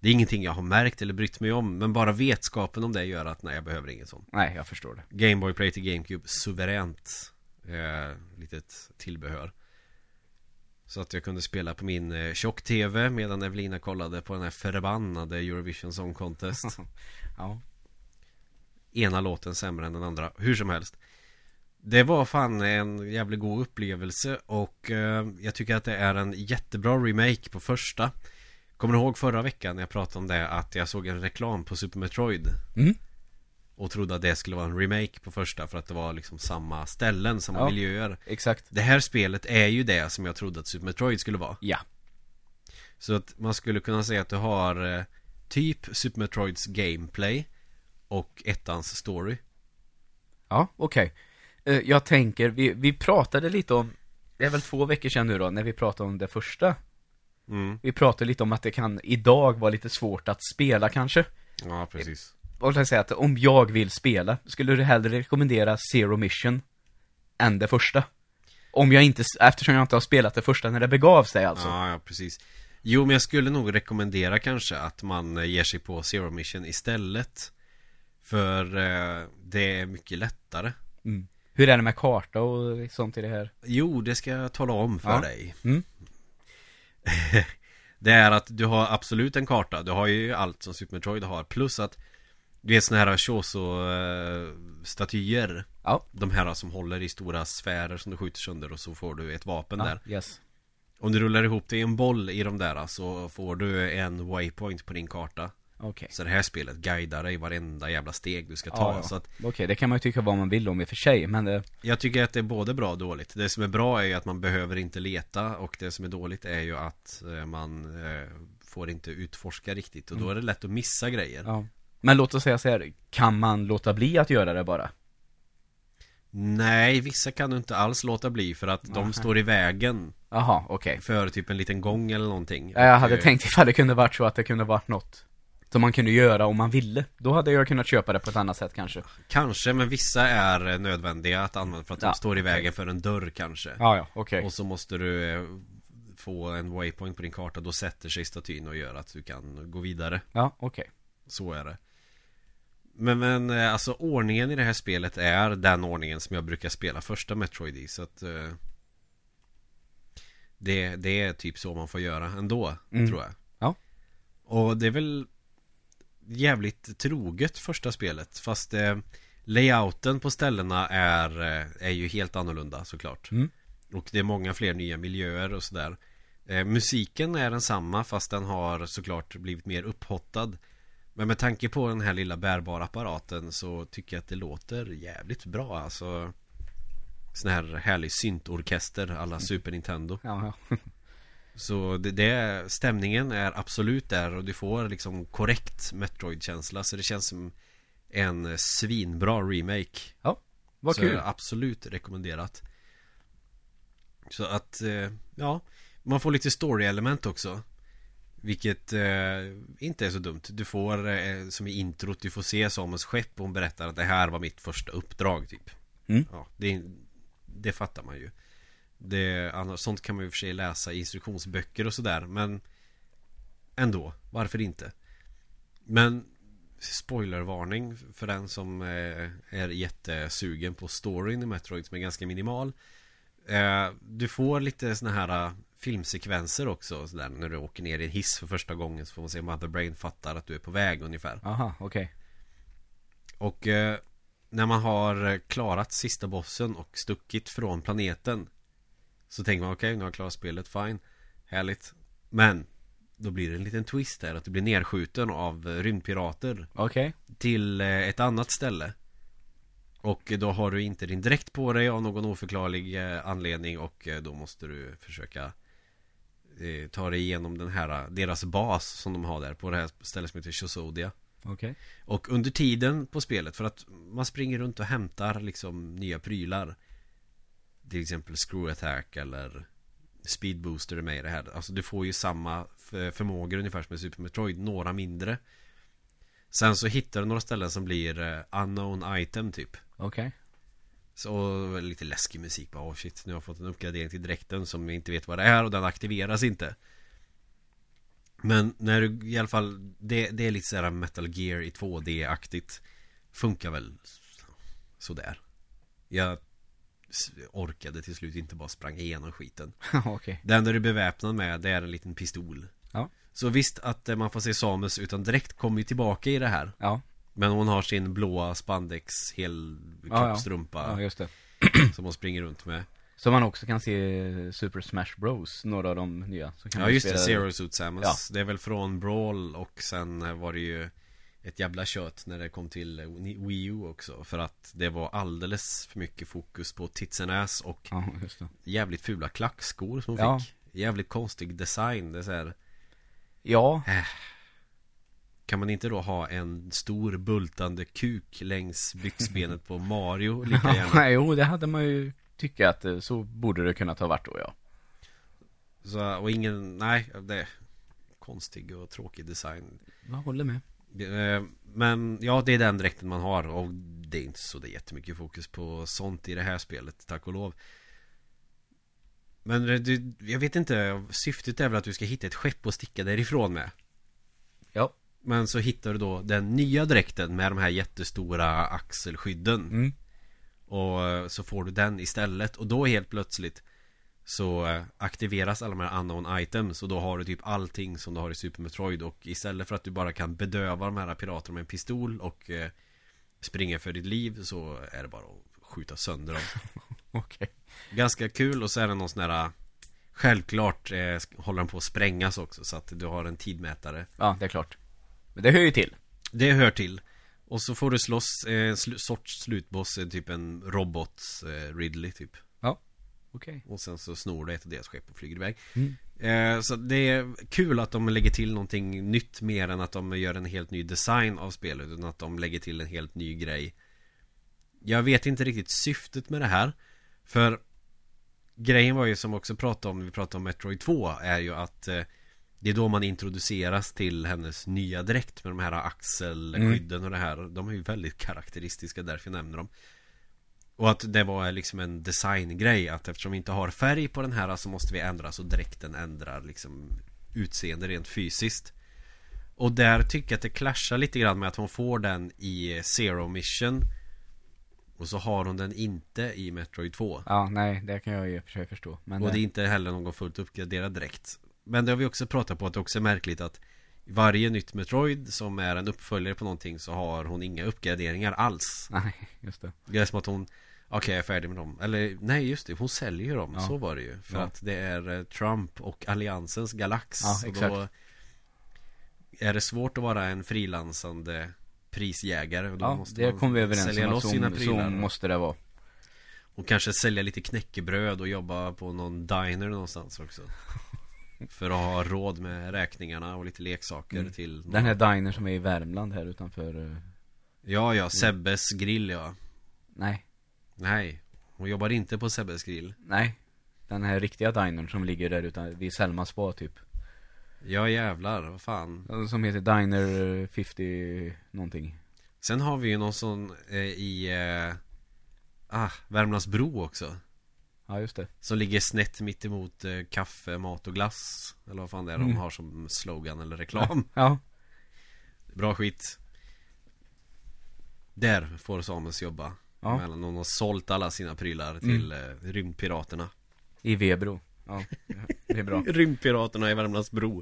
B: Det är ingenting jag har märkt eller brytt mig om, men bara vetskapen om det gör att nej, jag behöver ingen sån.
A: Nej, jag förstår det.
B: Game Boy Play till GameCube, suveränt litet tillbehör. Så att jag kunde spela på min tjock-tv medan Evelina kollade på den här förbannade Eurovision Song Contest.
A: Ja.
B: Ena låten sämre än den andra, hur som helst. Det var fan en jävligt god upplevelse. Och jag tycker att det är en jättebra remake på första. Kommer du ihåg förra veckan när jag pratade om det, att jag såg en reklam på Super Metroid och trodde att det skulle vara en remake på första, för att det var liksom samma ställen, samma miljöer.
A: Exakt.
B: Det här spelet är ju det som jag trodde att Super Metroid skulle vara.
A: Ja.
B: Så att man skulle kunna säga att du har typ Super Metroids gameplay och ettans story.
A: Ja, okej. Jag tänker, vi pratade lite om, det är väl 2 veckor sedan nu då, när vi pratade om det första. Vi pratade lite om att det kan idag vara lite svårt att spela kanske.
B: Ja, precis.
A: Och jag säga att om jag vill spela, skulle du hellre rekommendera Zero Mission än det första? Om jag inte, eftersom jag inte har spelat det första när det begav sig alltså.
B: Ja, precis. Jo, men jag skulle nog rekommendera kanske att man ger sig på Zero Mission istället. För det är mycket lättare.
A: Hur är det med karta och sånt i det här?
B: Jo, det ska jag tala om för dig. Det är att du har absolut en karta. Du har ju allt som Super Metroid har. Plus att du vet såna här Chozo-statyer.
A: Ja.
B: De här som håller i stora sfärer som du skjuter sönder, och så får du ett vapen där.
A: Yes.
B: Om du rullar ihop det i en boll i de där, så får du en waypoint på din karta.
A: Okay.
B: Så det här spelet guidar dig varenda jävla steg du ska ta. Så att,
A: Okej, det kan man ju tycka vad man vill om i och för sig, men
B: jag tycker att det är både bra och dåligt. Det som är bra är ju att man behöver inte leta, och det som är dåligt är ju att man får inte utforska riktigt, och då är det lätt att missa grejer.
A: Ja. Men låt oss säga så här, kan man låta bli att göra det bara?
B: Nej, vissa kan du inte alls låta bli, för att de står i vägen.
A: Jaha, okej.
B: För typ en liten gång eller någonting.
A: Ja, jag hade tänkt ifall det kunde varit så att det kunde varit något som man kunde göra om man ville. Då hade jag kunnat köpa det på ett annat sätt kanske.
B: Kanske, men vissa är nödvändiga att använda för att de står i vägen för en dörr kanske.
A: Ja, okej.
B: Och så måste du få en waypoint på din karta. Då sätter sig statyn och gör att du kan gå vidare.
A: Ja, okej.
B: Så är det. Men alltså ordningen i det här spelet är den ordningen som jag brukar spela första Metroid i. Så att det är typ så man får göra ändå, tror jag.
A: Ja.
B: Och det är väl jävligt troget första spelet. Fast layouten på ställena är ju helt annorlunda såklart. Och det är många fler nya miljöer och sådär. Musiken är densamma, fast den har såklart blivit mer upphottad. Men med tanke på den här lilla bärbara apparaten så tycker jag att det låter jävligt bra. Alltså sån här härlig syntorkester alla Super Nintendo.
A: Ja.
B: Så stämningen är absolut där, och du får liksom korrekt Metroid-känsla. Så det känns som en svinbra remake.
A: Ja, vad
B: så
A: kul.
B: Absolut rekommenderat. Så att, ja, man får lite story-element också. Vilket inte är så dumt. Du får, som i introt, du får se Samuels skepp, och hon berättar att det här var mitt första uppdrag typ. Ja, det fattar man ju. Sånt kan man ju för sig läsa i instruktionsböcker och sådär. Men ändå, varför inte? Men spoilervarning för den som är jättesugen på storyn i Metroid, som är ganska minimal. Du får lite såna här filmsekvenser också så där, när du åker ner i en hiss för första gången, så får man se Mother Brain fattar att du är på väg ungefär.
A: Aha, okej.
B: Och när man har klarat sista bossen och stuckit från planeten, så tänker man okej, nu har jag klarat spelet, fine, härligt. Men då blir det en liten twist där, att du blir nerskjuten av rymdpirater.
A: Okej.
B: Till ett annat ställe. Och då har du inte din dräkt på dig av någon oförklarlig anledning, och då måste du försöka ta dig igenom den här, deras bas som de har där på det här stället som heter Chozodia.
A: Okej.
B: Och under tiden på spelet, för att man springer runt och hämtar liksom nya prylar, till exempel Screw Attack eller Speed Booster är med i det här. Alltså du får ju samma förmågor ungefär som i Super Metroid, några mindre. Sen så hittar du några ställen som blir unknown item typ.
A: Okej.
B: Så lite läskig musik, bara shit, nu har jag fått en uppgradering till dräkten som jag inte vet vad det är, och den aktiveras inte. Men när du i alla fall det är lite sådär Metal Gear i 2D-aktigt. Funkar väl sådär. Jag orkade till slut inte bara sprang igenom skiten.
A: Okay.
B: Det enda du är beväpnad med, det är en liten pistol.
A: Ja.
B: Så visst att man får se Samus utan direkt kommer ju tillbaka i det här.
A: Ja.
B: Men hon har sin blåa spandex hel kroppstrumpa.
A: Ja, just det.
B: Som hon springer runt med.
A: Så man också kan se Super Smash Bros, några av de nya. Så kan
B: ja, just det, Zero Suit Samus.
A: Ja.
B: Det är väl från Brawl och sen var det ju ett jävla kött när det kom till Wii U också. För att det var alldeles för mycket fokus på tits and ass och
A: just det.
B: Jävligt fula klackskor som hon fick. Jävligt konstig design, det är så här.
A: Ja.
B: Kan man inte då ha en stor bultande kuk längs byxbenet på Mario lika gärna?
A: Jo, det hade man ju tycka att så borde det kunna ta vart då, ja.
B: Så, och ingen, nej, det är konstig och tråkig design.
A: Jag håller med.
B: Men ja, det är den dräkten man har. Och det är inte så det är jättemycket fokus på sånt i det här spelet, tack och lov. Men jag vet inte, syftet är väl att du ska hitta ett skepp och sticka därifrån med.
A: Ja.
B: Men så hittar du då den nya dräkten med de här jättestora axelskydden. Och så får du den istället. Och då helt plötsligt så aktiveras alla de här unknown items. Och då har du typ allting som du har i Super Metroid. Och istället för att du bara kan bedöva de här piraterna med en pistol och springa för ditt liv, så är det bara att skjuta sönder dem.
A: Okej.
B: Ganska kul. Och så är det någon sån här, självklart håller den på att sprängas också, så att du har en tidmätare.
A: Ja, det är klart. Men det hör ju till.
B: Det hör till. Och så får du slåss sorts slutboss, typ en robots Ridley typ.
A: Ja, okej.
B: Och sen så snor du ett av deras skepp och flyger iväg. Så det är kul att de lägger till någonting nytt, mer än att de gör en helt ny design av spelet, utan att de lägger till en helt ny grej. Jag vet inte riktigt syftet med det här. För grejen var ju, som också vi pratade om Metroid 2, är ju att det är då man introduceras till hennes nya dräkt med de här axelskydden och det här. De är ju väldigt karaktäristiska, därför jag nämner dem. Och att det var liksom en designgrej, att eftersom vi inte har färg på den här så måste vi ändra, så dräkten ändrar liksom utseende rent fysiskt. Och där tycker jag att det clashar lite grann med att hon får den i Zero Mission och så har hon den inte i Metroid 2.
A: Ja, nej, det kan jag ju för sig förstå. Men
B: och det är inte heller någon fullt uppgraderad dräkt. Men det har vi också pratat på, att det också är märkligt att varje nytt Metroid som är en uppföljare på någonting, så har hon inga uppgraderingar alls.
A: Nej, just det.
B: Det är som att hon, okej, jag är färdig med dem. Eller nej, just det, hon säljer ju dem.
A: Ja.
B: Så var det ju. För att det är Trump och Alliansens galax.
A: Ja, exakt.
B: Och då är det svårt att vara en frilansande prisjägare. Och då måste
A: det
B: man
A: kommer vi överens
B: sälja
A: om,
B: loss sina prylar.
A: så måste det vara.
B: Och kanske sälja lite knäckebröd och jobba på någon diner någonstans också. För att ha råd med räkningarna och lite leksaker till någon.
A: Den här diner som är i Värmland här utanför.
B: Ja, Sebbes grill, ja. Nej, hon jobbar inte på Sebbes grill.
A: Nej, den här riktiga dinern som ligger där vid Selma Spa typ.
B: Ja, jävlar, vad fan.
A: Som heter Diner 50 någonting.
B: Sen har vi ju någon sån i Värmlandsbro också.
A: Ja, just det.
B: Som ligger snett mitt emot kaffe, mat och glass. Eller vad fan det är de har som slogan eller reklam.
A: Ja.
B: Bra skit. Där får Samus jobba.
A: Ja.
B: Mellan någon har sålt alla sina prylar till rymdpiraterna.
A: I Vebro. Ja, det är bra.
B: Rymdpiraterna i Värmlandsbro.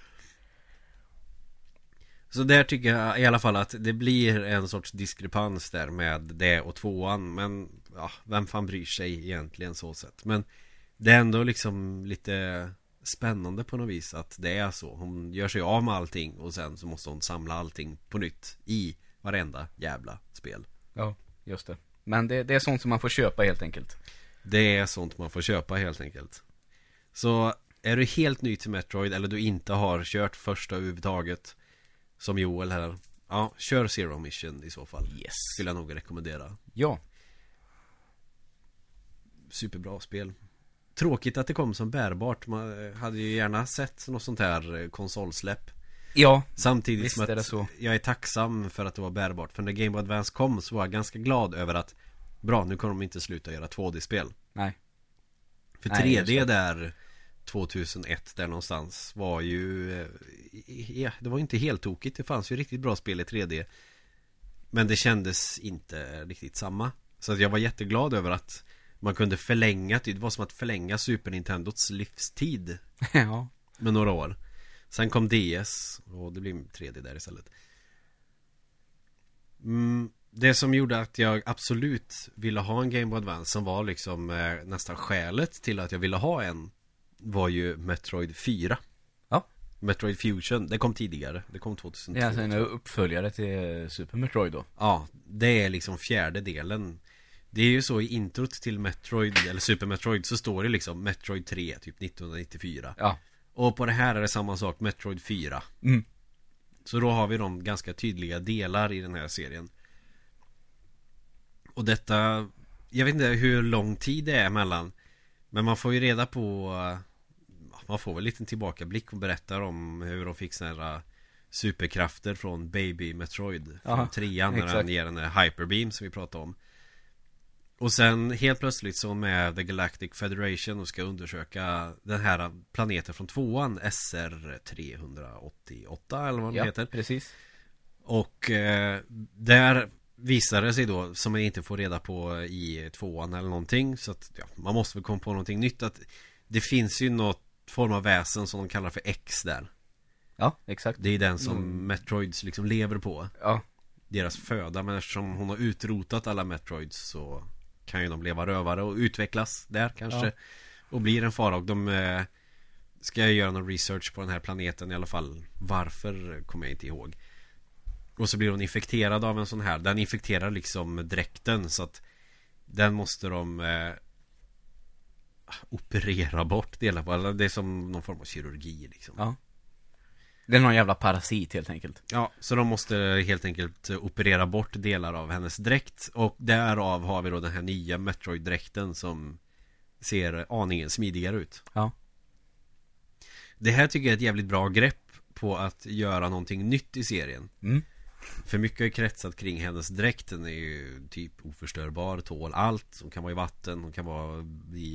B: Så där tycker jag i alla fall att det blir en sorts diskrepans där med det och tvåan. Men ja, vem fan bryr sig egentligen så sett. Men det är ändå liksom lite spännande på något vis att det är så. Hon gör sig av med allting och sen så måste hon samla allting på nytt i varenda jävla spel.
A: Ja, just det. Men det är sånt som man får köpa helt enkelt.
B: Det är sånt man får köpa helt enkelt. Så är du helt ny till Metroid eller du inte har kört första överhuvudtaget, som Joel här, ja, kör Zero Mission i så fall.
A: Yes.
B: Skulle jag nog rekommendera.
A: Ja.
B: Superbra spel. Tråkigt att det kom som bärbart. Man hade ju gärna sett något sånt här konsolsläpp.
A: Ja,
B: samtidigt
A: visst
B: som att
A: är det så.
B: Jag är tacksam för att det var bärbart. För när Game Boy Advance kom så var jag ganska glad över att bra, nu kommer de inte sluta göra 2D-spel.
A: Nej.
B: För
A: Nej,
B: 3D där, 2001 där någonstans var ju det var inte helt tokigt. Det fanns ju riktigt bra spel i 3D. Men det kändes inte riktigt samma. Så att jag var jätteglad över att man kunde förlänga, det var som att förlänga Super Nintendos livstid.
A: Ja.
B: Med några år. Sen kom DS och det blev 3D där istället. Det som gjorde att jag absolut ville ha en Game Boy Advance, som var liksom nästan skälet till att jag ville ha en, var ju Metroid 4.
A: Ja.
B: Metroid Fusion, det kom tidigare. Det kom 2002.
A: Det är alltså en uppföljare till Super Metroid då.
B: Ja, det är liksom fjärde delen. Det är ju så i introt till Metroid, eller Super Metroid, så står det liksom Metroid 3, typ 1994.
A: Ja.
B: Och på det här är det samma sak, Metroid 4. Så då har vi de ganska tydliga delar i den här serien. Och detta, jag vet inte hur lång tid det är mellan, men man får ju reda på, man får väl en liten tillbakablick och berättar om hur de fick såna här superkrafter från Baby Metroid. Från 3:an, när han ger den här Hyperbeam som vi pratade om. Och sen helt plötsligt så med The Galactic Federation och ska undersöka den här planeten från 2:an, SR388 eller vad den heter.
A: Precis.
B: Och där visar det sig då, som man inte får reda på i 2:an eller någonting, så att man måste väl komma på någonting nytt, att det finns ju något form av väsen som de kallar för X där.
A: Ja, exakt.
B: Det är den som Metroids liksom lever på.
A: Ja.
B: Deras föda, men eftersom hon har utrotat alla Metroids så kan ju de leva rövare och utvecklas där kanske. Och blir en fara, och de ska göra någon research på den här planeten i alla fall. Varför kommer jag inte ihåg. Och så blir hon infekterad av en sån här. Den infekterar liksom dräkten, så att den måste de operera bort delar på. Det är som någon form av kirurgi liksom.
A: Ja. Det är någon jävla parasit helt enkelt.
B: Ja, så de måste helt enkelt operera bort delar av hennes dräkt. Och därav har vi då den här nya Metroid-dräkten som ser aningen smidigare ut.
A: Ja.
B: Det här tycker jag är ett jävligt bra grepp på att göra någonting nytt i serien. För mycket har kretsat kring hennes dräkt. Den är ju typ oförstörbar, tål allt. Som kan vara i vatten, hon kan vara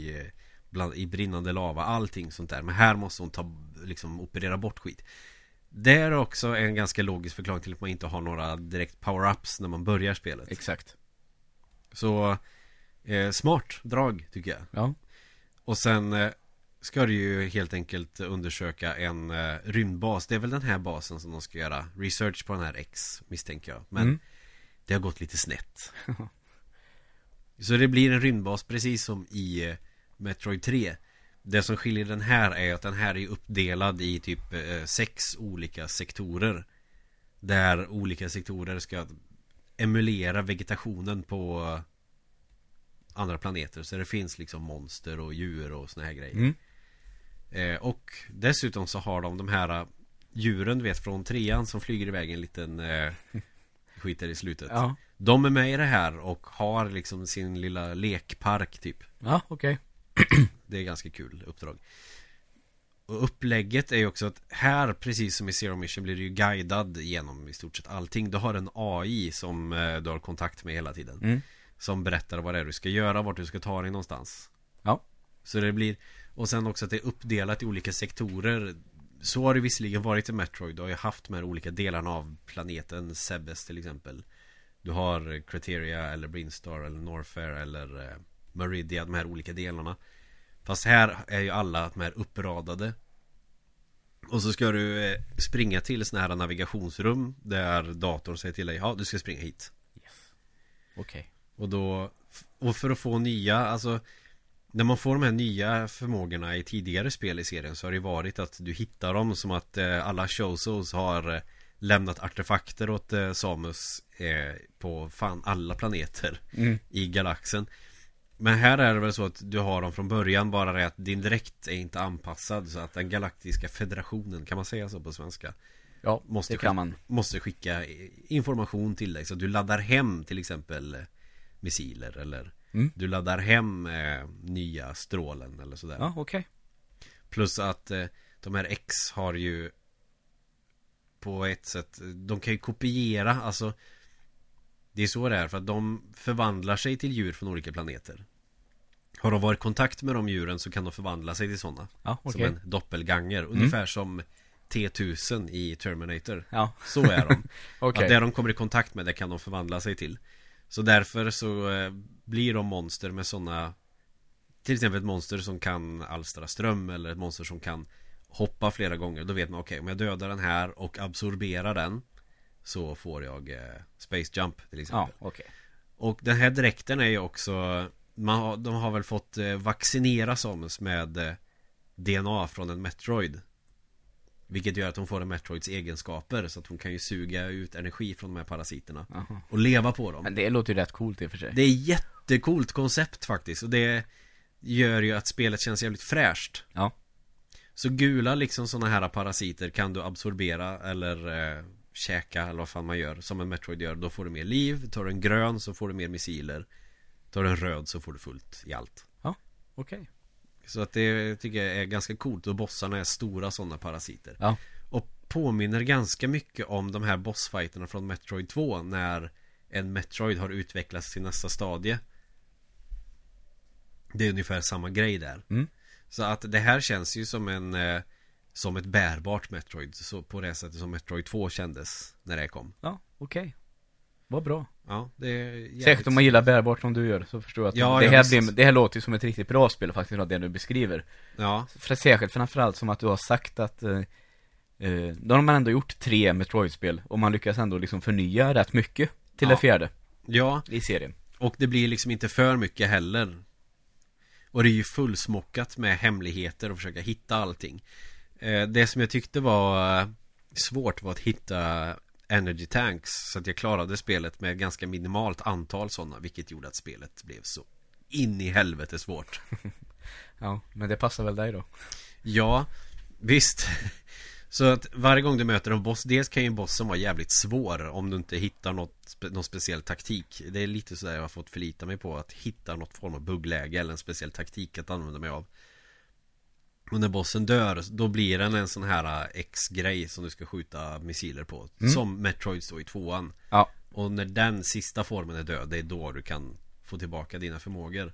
B: i brinnande lava, allting sånt där. Men här måste hon liksom operera bort skit. Det är också en ganska logisk förklaring till att man inte har några direkt power-ups när man börjar spelet.
A: Exakt.
B: Så smart drag tycker jag.
A: Ja.
B: Och sen ska du ju helt enkelt undersöka en rymdbas. Det är väl den här basen som de ska göra research på, den här X, misstänker jag. Men det har gått lite snett. Så det blir en rymdbas precis som i Metroid 3. Det som skiljer den här är att den här är uppdelad i typ 6 olika sektorer. Där olika sektorer ska emulera vegetationen på andra planeter. Så det finns liksom monster och djur och såna här grejer. Och dessutom så har de här djuren, du vet, från 3:an som flyger iväg en liten skit där i slutet.
A: Ja.
B: De är med i det här och har liksom sin lilla lekpark typ.
A: Ja, okej.
B: Det är ganska kul uppdrag. Och upplägget är ju också att här, precis som i Zero Mission, blir du ju guidad genom i stort sett allting. Du har en AI som du har kontakt med hela tiden. Som berättar vad det är du ska göra, vart du ska ta dig någonstans.
A: Ja.
B: Så det blir, och sen också att det är uppdelat i olika sektorer. Så har det visserligen varit i Metroid. Du har ju haft de här olika delarna av planeten, Sebes till exempel. Du har Criteria eller Brinstar eller Norfair eller Meridia, de här olika delarna. Fast här är ju alla de här uppradade. Och så ska du springa till såna här navigationsrum där datorn säger till dig, ja, du ska springa hit.
A: Yes. Okej.
B: Och för att få nya, alltså när man får de här nya förmågorna i tidigare spel i serien, så har det varit att du hittar dem som att alla Shozos har lämnat artefakter åt Samus på fan alla planeter i galaxen. Men här är det väl så att du har dem från början, bara det att din dräkt är inte anpassad, så att den galaktiska federationen, kan man säga så på svenska?
A: Ja, det kan man.
B: Måste skicka information till dig, så att du laddar hem till exempel missiler, eller du laddar hem nya strålen eller sådär.
A: Ja, okej.
B: Plus att de här X har ju på ett sätt, de kan ju kopiera, alltså det är så det är, för att de förvandlar sig till djur från olika planeter. Har de varit i kontakt med de djuren så kan de förvandla sig till sådana.
A: Ja, okej.
B: Som en doppelganger. Ungefär som T-1000 i Terminator.
A: Ja.
B: Så är de.
A: Okej.
B: Att det de kommer i kontakt med, det kan de förvandla sig till. Så därför så blir de monster med sådana. Till exempel ett monster som kan alstra ström. Eller ett monster som kan hoppa flera gånger. Då vet man, okej, om jag dödar den här och absorberar den, så får jag Space Jump till exempel.
A: Ja, okej.
B: Och den här dräkten är ju också, de har väl fått vaccinera Samus med DNA från en Metroid. Vilket gör att hon får en Metroids egenskaper. Så att hon kan ju suga ut energi från de här parasiterna.
A: Aha.
B: Och leva på dem.
A: Men det låter ju rätt coolt i och för sig.
B: Det är jättecoolt koncept faktiskt. Och det gör ju att spelet känns jävligt fräscht.
A: Ja.
B: Så gula liksom såna här parasiter kan du absorbera eller käka eller vad fan man gör. Som en Metroid gör, då får du mer liv. Tar du en grön så får du mer missiler. Tar du en röd så får du fullt i allt.
A: Ja, okej.
B: Så att det tycker jag är ganska coolt. Och bossarna är stora sådana parasiter.
A: Ja.
B: Och påminner ganska mycket om de här bossfighterna från Metroid 2. När en Metroid har utvecklats till nästa stadie. Det är ungefär samma grej där. Så att det här känns ju som ett bärbart Metroid. Så på det sättet som Metroid 2 kändes när det kom.
A: Ja, okej. Vad bra.
B: Ja, det är jävligt...
A: Särskilt om man gillar bärbart som du gör, så förstår jag att
B: Ja,
A: det här låter ju som ett riktigt bra spel faktiskt, av det du beskriver.
B: Ja.
A: Särskilt framförallt som att du har sagt att då har man ändå gjort 3 Metroid-spel och man lyckas ändå liksom förnya rätt mycket till det 4:e.
B: Ja.
A: I serien.
B: Och det blir liksom inte för mycket heller. Och det är ju fullsmockat med hemligheter och försöka hitta allting. Det som jag tyckte var svårt var att hitta energy tanks. Så att jag klarade spelet med ganska minimalt antal sådana. Vilket gjorde att spelet blev så in i helvete svårt.
A: Ja, men det passar väl dig då?
B: Ja, visst. Så att varje gång du möter en boss, dels kan ju bossen vara jävligt svår om du inte hittar någon speciell taktik. Det är lite sådär jag har fått förlita mig på, att hitta något form av buggläge eller en speciell taktik att använda mig av. Och när bossen dör, då blir den en sån här X-grej som du ska skjuta missiler på. Som Metroid står i 2:an.
A: Ja.
B: Och när den sista formen är död, det är då du kan få tillbaka dina förmågor.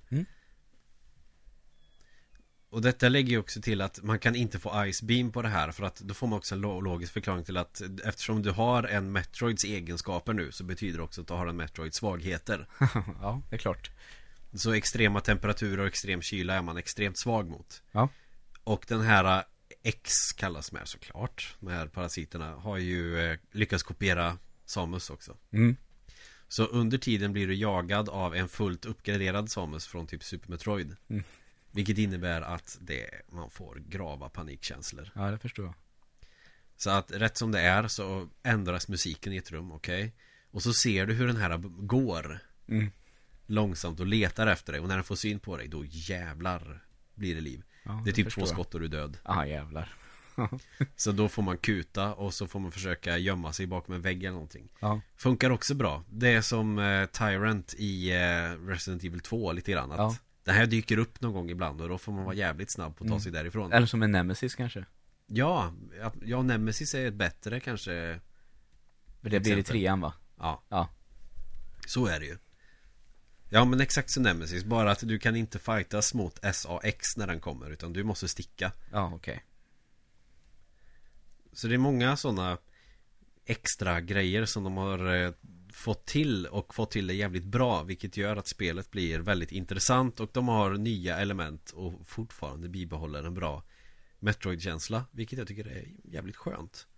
B: Och detta lägger ju också till att man kan inte få Ice Beam på det här. För att då får man också en logisk förklaring till att eftersom du har en Metroids egenskaper nu, så betyder det också att du har en Metroids svagheter.
A: Ja, det är klart.
B: Så extrema temperaturer och extrem kyla är man extremt svag mot.
A: Ja.
B: Och den här X kallas med såklart. De här parasiterna har ju lyckats kopiera Samus också. Så under tiden blir du jagad av en fullt uppgraderad Samus från typ Super Metroid. Vilket innebär att man får grava panikkänslor.
A: Ja, det förstår jag.
B: Så att rätt som det är så ändras musiken i ett rum, okej? Och så ser du hur den här går långsamt och letar efter dig. Och när den får syn på dig, då jävlar blir det liv.
A: Ja,
B: det är typ 2 skott och du är död.
A: Ja, jävlar.
B: Så då får man kuta och så får man försöka gömma sig bakom en vägg eller någonting.
A: Ja.
B: Funkar också bra. Det är som Tyrant i Resident Evil 2 lite grann att det här dyker upp någon gång ibland och då får man vara jävligt snabb på att ta sig därifrån.
A: Eller som en Nemesis kanske.
B: Ja, Nemesis är ett bättre kanske.
A: För det blir i 3:an, va?
B: Ja. Så är det ju. Ja, men exakt som Nemesis. Bara att du kan inte fightas mot SAX när den kommer, utan du måste sticka.
A: Ja, okej.
B: Så det är många sådana extra grejer som de har fått till det jävligt bra, vilket gör att spelet blir väldigt intressant och de har nya element och fortfarande bibehåller en bra Metroid-känsla, vilket jag tycker är jävligt skönt.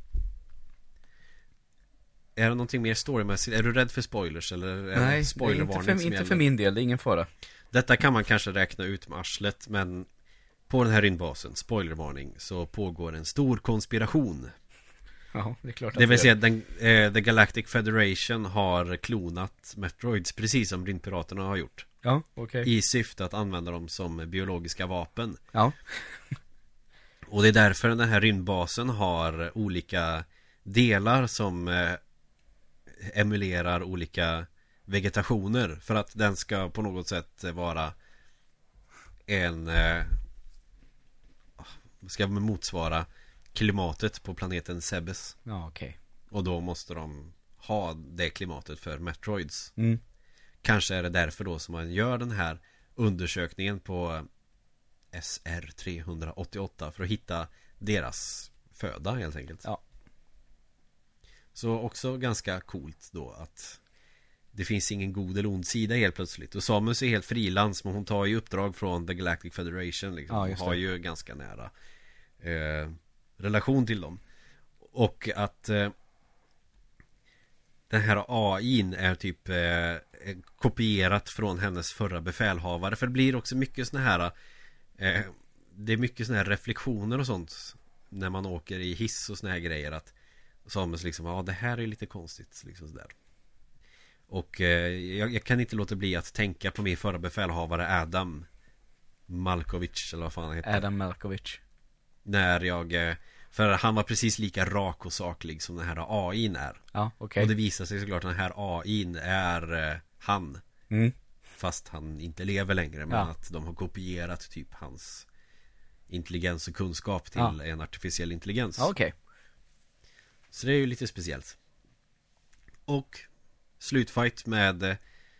B: Är det någonting mer storymässigt? Är du rädd för spoilers eller är
A: Nej,
B: det spoilervarning
A: inte för min del, det är ingen fara.
B: Detta kan man kanske räkna ut med arslet, men på den här rymdbasen, spoilervarning, så pågår en stor konspiration.
A: Ja, det är klart att
B: det vill säga att The Galactic Federation har klonat Metroids, precis som rymdpiraterna har gjort.
A: Ja, okej.
B: I syfte att använda dem som biologiska vapen.
A: Ja.
B: Och det är därför den här rymdbasen har olika delar som emulerar olika vegetationer. För att den ska på något sätt vara ska motsvara klimatet på planeten Sebes.
A: Ja, okej.
B: Och då måste de ha det klimatet för Metroids.
A: Mm.
B: Kanske är det därför då som man gör den här undersökningen på SR388 för att hitta deras föda helt enkelt.
A: Ja.
B: Så också ganska coolt då att det finns ingen god eller ond sida helt plötsligt. Och Samus är helt frilans, men hon tar ju uppdrag från The Galactic Federation liksom.
A: Ja,
B: Hon har ju ganska nära relation till dem. Och att den här AI:n är typ kopierat från hennes förra befälhavare. För det blir också mycket såna här det är mycket såna här reflektioner och sånt när man åker i hiss och såna här grejer, att Samus liksom, ja det här är lite konstigt liksom sådär. Och jag kan inte låta bli att tänka på min förra befälhavare Adam Malkovich, eller vad fan han heter.
A: Adam Malkovich.
B: När jag för han var precis lika rak och saklig som den här AI:n är.
A: Ja, okej.
B: Och det visar sig såklart att den här AI:n är han.
A: Mm.
B: Fast han inte lever längre, men att de har kopierat typ hans intelligens och kunskap till en artificiell intelligens.
A: Ja, okej.
B: Så det är ju lite speciellt. Och slutfight med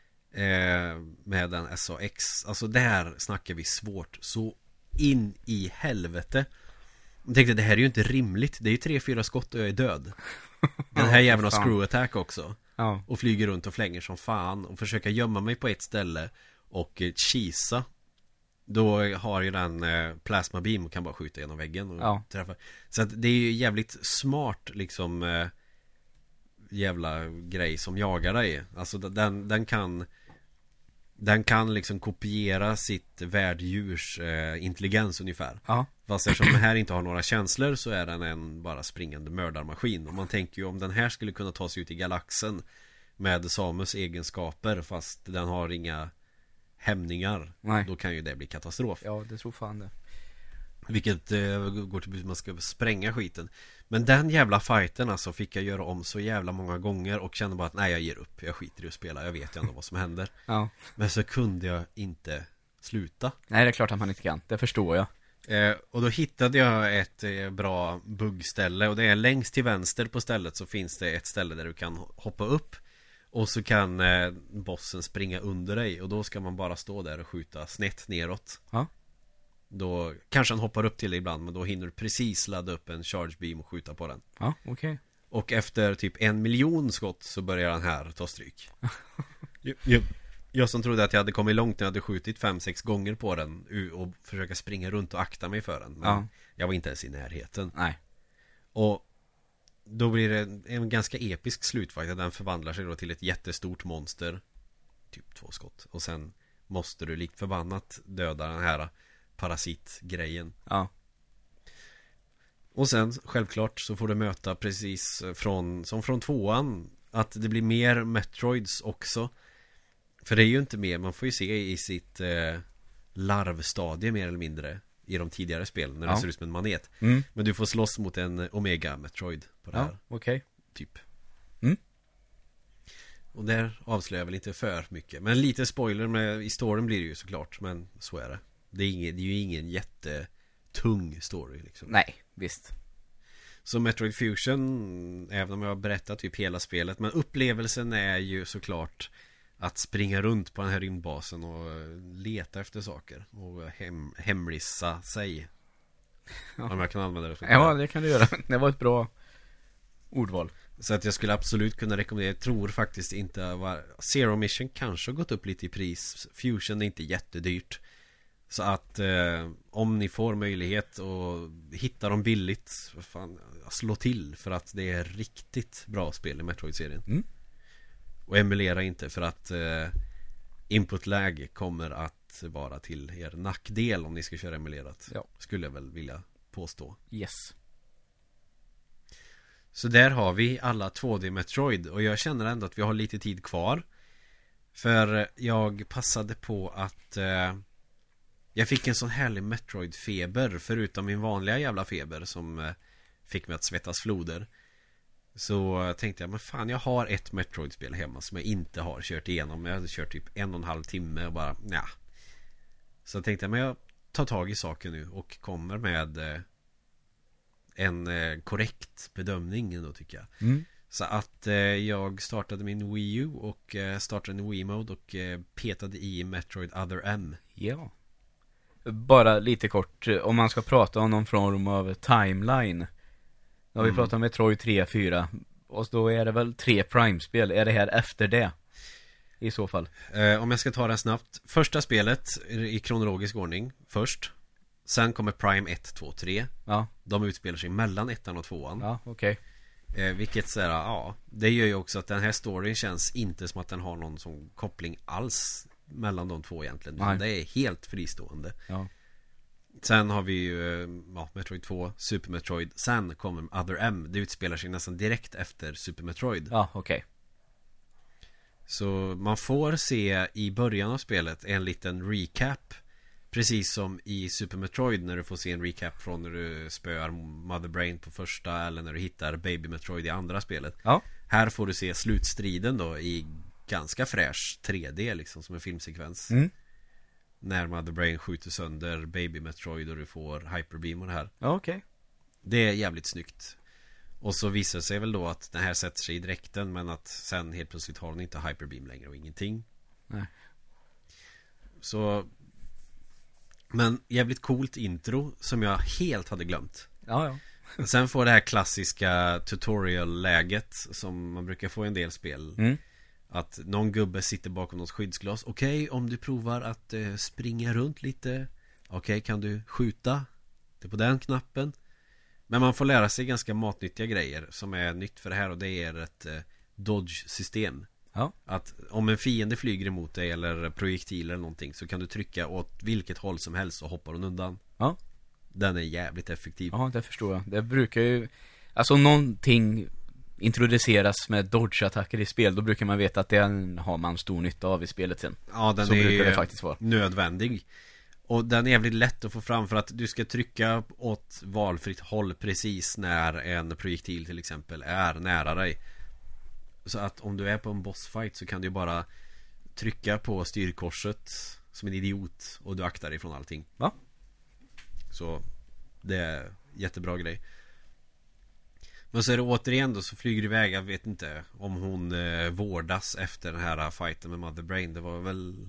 B: en SAX. Alltså där snackar vi svårt så in i helvete. Jag tänkte, det här är ju inte rimligt. Det är ju 3-4 skott och jag är död. Den här jäveln har screw attack också.
A: Ja.
B: Och flyger runt och flänger som fan. Och försöker gömma mig på ett ställe och kisa. Då har ju den plasma beam och kan bara skjuta genom väggen och träffa. Så att det är ju jävligt smart liksom jävla grej som jagar dig. Alltså den kan liksom kopiera sitt värddjurs intelligens ungefär.
A: Ja.
B: Fast eftersom den här inte har några känslor så är den en bara springande mördarmaskin. Och man tänker ju om den här skulle kunna ta sig ut i galaxen med Samus egenskaper fast den har inga hämningar.
A: Nej.
B: Då kan ju det bli katastrof.
A: Ja, det tror fan det.
B: Vilket går till att man ska spränga skiten. Men den jävla fighten alltså fick jag göra om så jävla många gånger. Och kände bara att nej, jag ger upp. Jag skiter i att spela, jag vet ju ändå vad som händer.
A: Ja.
B: Men så kunde jag inte sluta.
A: Nej, det är klart att man inte kan, det förstår jag.
B: Och då hittade jag ett bra buggställe. Och det är längst till vänster på stället så finns det ett ställe där du kan hoppa upp. Och så kan bossen springa under dig. Och då ska man bara stå där och skjuta snett neråt.
A: Ja.
B: Då kanske han hoppar upp till dig ibland. Men då hinner du precis ladda upp en charge beam och skjuta på den.
A: Ja, okej.
B: Och efter typ 1 miljon skott så börjar han här ta stryk. Jag som trodde att jag hade kommit långt när jag hade skjutit 5-6 gånger på den. Och försöka springa runt och akta mig för den. Men jag var inte ens i närheten.
A: Nej.
B: Och då blir det en ganska episk slutfight. Den förvandlar sig då till ett jättestort monster. Typ 2 skott. Och sen måste du likt förbannat döda den här parasitgrejen.
A: Ja.
B: Och sen självklart så får du möta precis som från 2:an att det blir mer Metroids också. För det är ju inte mer, man får ju se i sitt larvstadie mer eller mindre i de tidigare spelen när det ser ut som en manet. Men du får slåss mot en Omega Metroid på det här.
A: Okej.
B: Typ. Och där avslöjar jag väl inte för mycket. Men lite spoiler i storyn blir det ju såklart. Men så är det. Det är ju ingen jättetung story liksom.
A: Nej, visst.
B: Så Metroid Fusion, även om jag har berättat typ hela spelet, men upplevelsen är ju såklart att springa runt på den här rymdbasen och leta efter saker och hemrissa sig. Om jag kan använda det.
A: Ja, det kan du göra. Det var ett bra ordval.
B: Så att jag skulle absolut kunna rekommendera. Jag tror faktiskt inte Zero Mission kanske har gått upp lite i pris. Fusion är inte jättedyrt. Så att om ni får möjlighet och hitta dem billigt, fan, slå till. För att det är riktigt bra spel i Metroid-serien. Och emulera inte, för att input lag kommer att vara till er nackdel om ni ska köra emulerat.
A: Ja.
B: Skulle jag väl vilja påstå.
A: Yes.
B: Så där har vi alla 2D Metroid. Och jag känner ändå att vi har lite tid kvar. För jag passade på att jag fick en sån härlig Metroid-feber. Förutom min vanliga jävla feber som fick mig att svettas floder. Så tänkte jag, men fan, jag har ett Metroid-spel hemma som jag inte har kört igenom. Jag hade kört typ 1,5 timme och bara, nja. Så jag tänkte, men jag tar tag i saken nu och kommer med en korrekt bedömning ändå, tycker jag. Så att jag startade min Wii U och startade en Wii-mode och petade i Metroid Other M.
A: Ja. Bara lite kort, om man ska prata om någon form av timeline. Då har vi pratat om Metroid 3, 4. Och då är det väl 3 Prime-spel. Är det här efter det? I så fall.
B: Om jag ska ta det snabbt. Första spelet i kronologisk ordning först. Sen kommer Prime 1, 2, 3.
A: Ja.
B: De utspelar sig mellan 1 och 2.
A: Ja, okej.
B: Vilket så här, ja, det gör ju också att den här storyn känns inte som att den har någon sån koppling alls mellan de två egentligen.
A: Nej.
B: Det är helt fristående.
A: Ja.
B: Sen har vi ju Metroid 2, Super Metroid. Sen kommer Other M. Det utspelar sig nästan direkt efter Super Metroid.
A: Ja, okej.
B: Så man får se i början av spelet en liten recap. Precis som i Super Metroid när du får se en recap från när du spöar Mother Brain på första, eller när du hittar Baby Metroid i andra spelet.
A: Ja.
B: Här får du se slutstriden då i ganska fräsch 3D liksom, som en filmsekvens. När Mother Brain skjuter sönder Baby Metroid och du får Hyperbeam och det här.
A: Ja, okej.
B: Det är jävligt snyggt. Och så visar det sig väl då att den här sätter sig i dräkten, men att sen helt plötsligt har hon inte Hyperbeam längre och ingenting.
A: Nej.
B: Så, men jävligt coolt intro som jag helt hade glömt.
A: Ja.
B: Sen får det här klassiska tutorial-läget som man brukar få i en del spel. Att någon gubbe sitter bakom något skyddsglas. Okej, om du provar att springa runt lite. Okej, kan du skjuta? Det är på den knappen. Men man får lära sig ganska matnyttiga grejer som är nytt för det här, och det är ett dodge-system.
A: Ja.
B: Att om en fiende flyger emot dig eller projektiler eller någonting, så kan du trycka åt vilket håll som helst så hoppar hon undan.
A: Ja.
B: Den är jävligt effektiv.
A: Ja, det förstår jag. Det brukar ju, alltså om någonting introduceras med dodge-attacker i spel, då brukar man veta att den har man stor nytta av i spelet sen.
B: Ja, den
A: så
B: är
A: brukar det faktiskt vara
B: nödvändig. Och den är jävligt lätt att få fram, för att du ska trycka åt valfritt håll precis när en projektil till exempel är nära dig. Så att om du är på en bossfight så kan du bara trycka på styrkorset som en idiot och du aktar ifrån allting.
A: Va?
B: Så det är jättebra grej. Men så är det återigen då, så flyger iväg. Jag vet inte om hon vårdas efter den här fighten med Mother Brain. Det var väl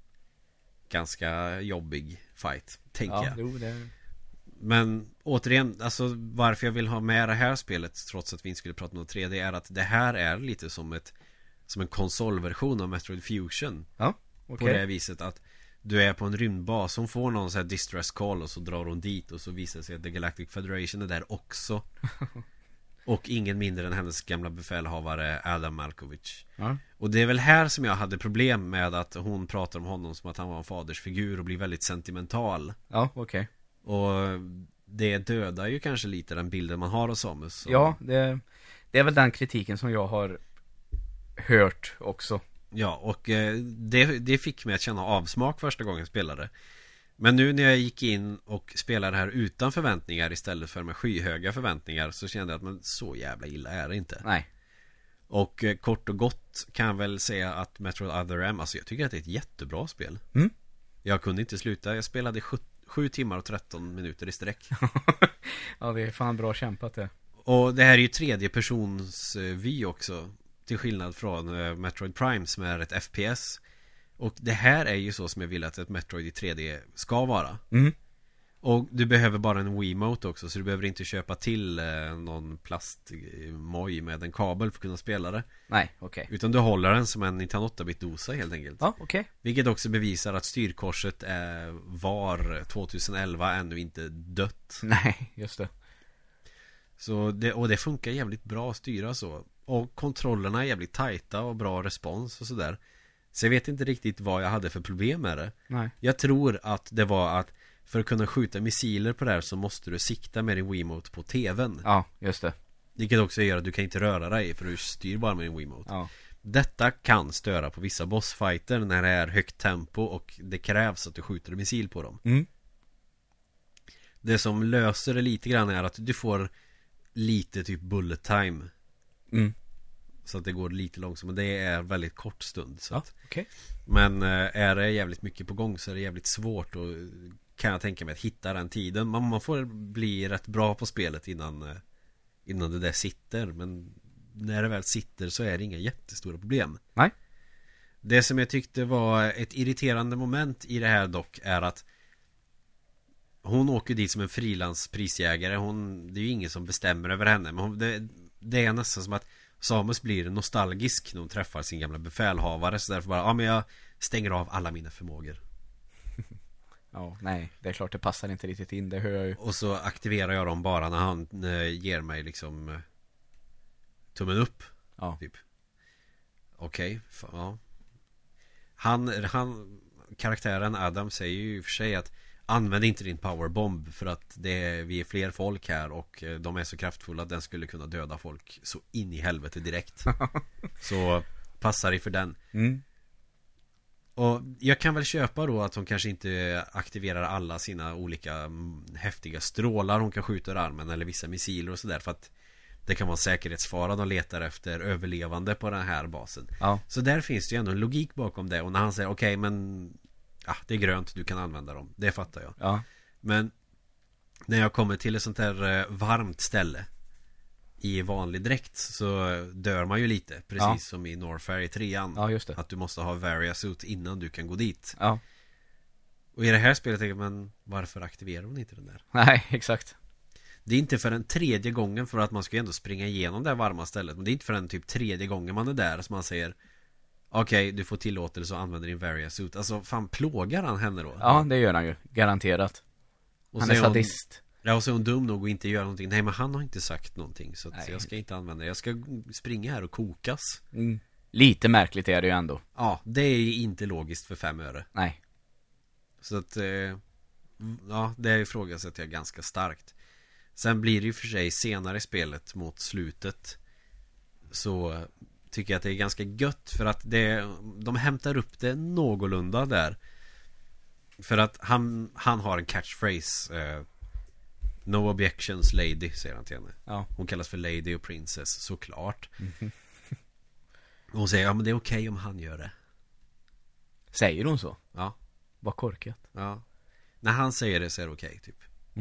B: ganska jobbig fight, tänker jag.
A: Jo, det...
B: Men återigen, alltså varför jag vill ha med det här spelet, trots att vi inte skulle prata om 3D, är att det här är lite som en konsolversion av Metroid Fusion.
A: Ja, okej.
B: På det viset att du är på en rymdbas, hon får någon så här distress call och så drar hon dit, och så visar det sig att The Galactic Federation är där också. Och ingen mindre än hennes gamla befälhavare Adam Malkovich.
A: Ja.
B: Och det är väl här som jag hade problem med att hon pratar om honom som att han var en fadersfigur och blir väldigt sentimental.
A: Ja, okej.
B: Och det dödar ju kanske lite den bilden man har av Samus. Så...
A: Ja, det är väl den kritiken som jag har hört också.
B: Ja, och det fick mig att känna avsmak första gången jag spelade. Men nu när jag gick in och spelade här utan förväntningar istället för med skyhöga förväntningar, så kände jag att men så jävla illa är det inte.
A: Nej.
B: Och kort och gott kan jag väl säga att Metroid Other M, alltså jag tycker att det är ett jättebra spel. Jag kunde inte sluta, jag spelade 7 timmar och 13 minuter i sträck.
A: Ja, det är fan bra kämpat det.
B: Och det här är ju tredje persons vy också, till skillnad från Metroid Prime som är ett FPS. Och det här är ju så som jag vill att ett Metroid i 3D ska vara. Och du behöver bara en Wiimote också, så du behöver inte köpa till någon plastmoj med en kabel för att kunna spela det.
A: Nej, okej.
B: Utan du håller den som en Nintendo 8-bit-dosa helt enkelt.
A: Ja, okej.
B: Vilket också bevisar att styrkorset var 2011 ännu inte dött.
A: Nej, just det.
B: Så det funkar jävligt bra att styra så. Och kontrollerna är jävligt tajta och bra respons och sådär. Så jag vet inte riktigt vad jag hade för problem med det.
A: Nej.
B: Jag tror att det var att för att kunna skjuta missiler på det här så måste du sikta med din Wiimote på tvn.
A: Ja, just det.
B: Vilket också gör att du kan inte röra dig, för du styr bara med din Wiimote.
A: Ja.
B: Detta kan störa på vissa bossfighter när det är högt tempo och det krävs att du skjuter en missil på dem. Det som löser det lite grann är att du får lite typ bullet time. Så att det går lite långsamt. Men det är väldigt kort stund så att,
A: okej.
B: Men är det jävligt mycket på gång så är det jävligt svårt, och kan jag tänka mig att hitta den tiden. Man får bli rätt bra på spelet innan det där sitter. Men när det väl sitter så är det inga jättestora problem.
A: Nej.
B: Det som jag tyckte var ett irriterande moment i det här dock är att hon åker dit som en frilansprisjägare. Det är ju ingen som bestämmer över henne. Men det är nästan som att Samus blir nostalgisk när hon träffar sin gamla befälhavare. Så därför bara, men jag stänger av alla mina förmågor.
A: Ja, nej, det är klart det passar inte riktigt in, det hör jag ju.
B: Och så aktiverar jag dem bara när han ger mig liksom tummen upp.
A: Ja.
B: Typ. Okej, ja. Karaktären Adam säger ju i och för sig att använd inte din powerbomb för att vi är fler folk här och de är så kraftfulla att den skulle kunna döda folk så in i helvete direkt. Så passar det för den. Och jag kan väl köpa då att hon kanske inte aktiverar alla sina olika häftiga strålar hon kan skjuta ur armen eller vissa missiler och sådär, för att det kan vara en säkerhetsfara. De letar efter överlevande på den här basen.
A: Ja.
B: Så där finns det ju ändå en logik bakom det. Och när han säger okej, men det är grönt, du kan använda dem. Det fattar jag.
A: Ja.
B: Men när jag kommer till ett sånt här varmt ställe i vanlig dräkt så dör man ju lite. Precis som i Norfair i 3:an.
A: Ja, just det.
B: Att du måste ha Variasuit innan du kan gå dit.
A: Ja.
B: Och i det här spelet tänker jag, men varför aktiverar hon inte den där?
A: Nej, exakt.
B: Det är inte för den tredje gången, för att man ska ju ändå springa igenom det här varma stället. Men det är inte för den typ tredje gången man är där som man säger okej, du får tillåtelse att använda din Variasuit. Alltså, fan, plågar han henne då?
A: Ja, det gör han ju, garanterat.
B: Och
A: Han är sadist.
B: Ja, och så är hon dum nog att inte göra någonting. Nej, men han har inte sagt någonting. Så att jag ska inte använda det. Jag ska springa här och kokas.
A: Lite märkligt är det ju ändå.
B: Ja, det är inte logiskt för 5 öre.
A: Nej.
B: Så att ja, det ifrågasätter jag ganska starkt. Sen blir det ju för sig senare i spelet mot slutet, så tycker jag att det är ganska gött, för att de hämtar upp det någorlunda där. För att han har en catchphrase, no objections lady, säger han till henne.
A: Ja.
B: Hon kallas för lady och princess, såklart. Hon säger, ja men det är okej om han gör det.
A: Säger hon så?
B: Ja.
A: Vad korkat.
B: Ja. När han säger det så är det okej, typ.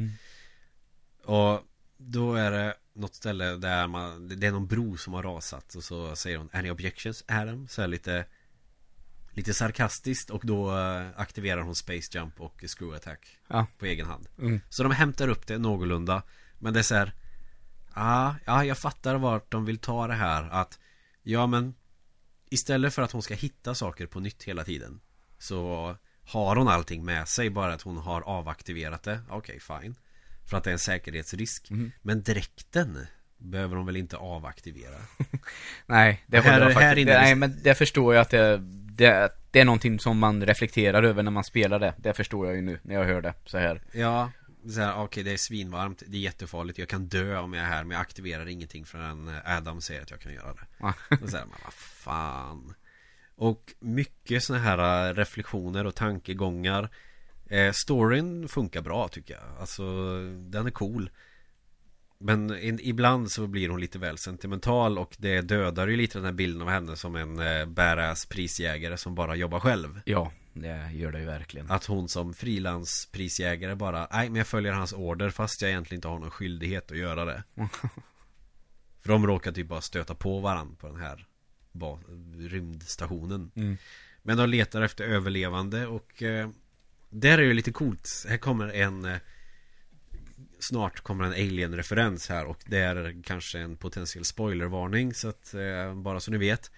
B: Och då är det något ställe där det är någon bro som har rasat. Och så säger hon, any objections, Adam? Så är lite sarkastiskt. Och då aktiverar hon Space Jump och Screw Attack på egen hand. Så de hämtar upp det någorlunda. Men det är så här, ja, jag fattar vart de vill ta det här. Att, ja men istället för att hon ska hitta saker på nytt hela tiden, så har hon allting med sig, bara att hon har avaktiverat det. Okej, fine. För att det är en säkerhetsrisk. Men dräkten behöver de väl inte avaktivera?
A: Nej, det håller jag faktiskt. Nej, men det förstår jag att det är någonting som man reflekterar över när man spelar det. Det förstår jag ju nu när jag hör det så här.
B: Ja, okej, det är svinvarmt, det är jättefarligt, jag kan dö om jag är här, men jag aktiverar ingenting förrän Adam säger att jag kan göra det. Och så här, men vad fan. Och mycket såna här reflektioner och tankegångar. Storyn funkar bra, tycker jag. Alltså, den är cool. Men ibland så blir hon lite väl sentimental, och det dödar ju lite den här bilden av henne som en badass prisjägare som bara jobbar själv.
A: Ja, det gör det ju verkligen.
B: Att hon som frilansprisjägare bara, nej men jag följer hans order fast jag egentligen inte har någon skyldighet att göra det. För de råkar typ bara stöta på varann på den här rymdstationen. Men de letar efter överlevande, och där är ju lite coolt. Här kommer snart kommer en alien-referens här, och det är kanske en potentiell spoilervarning, så att bara så ni vet.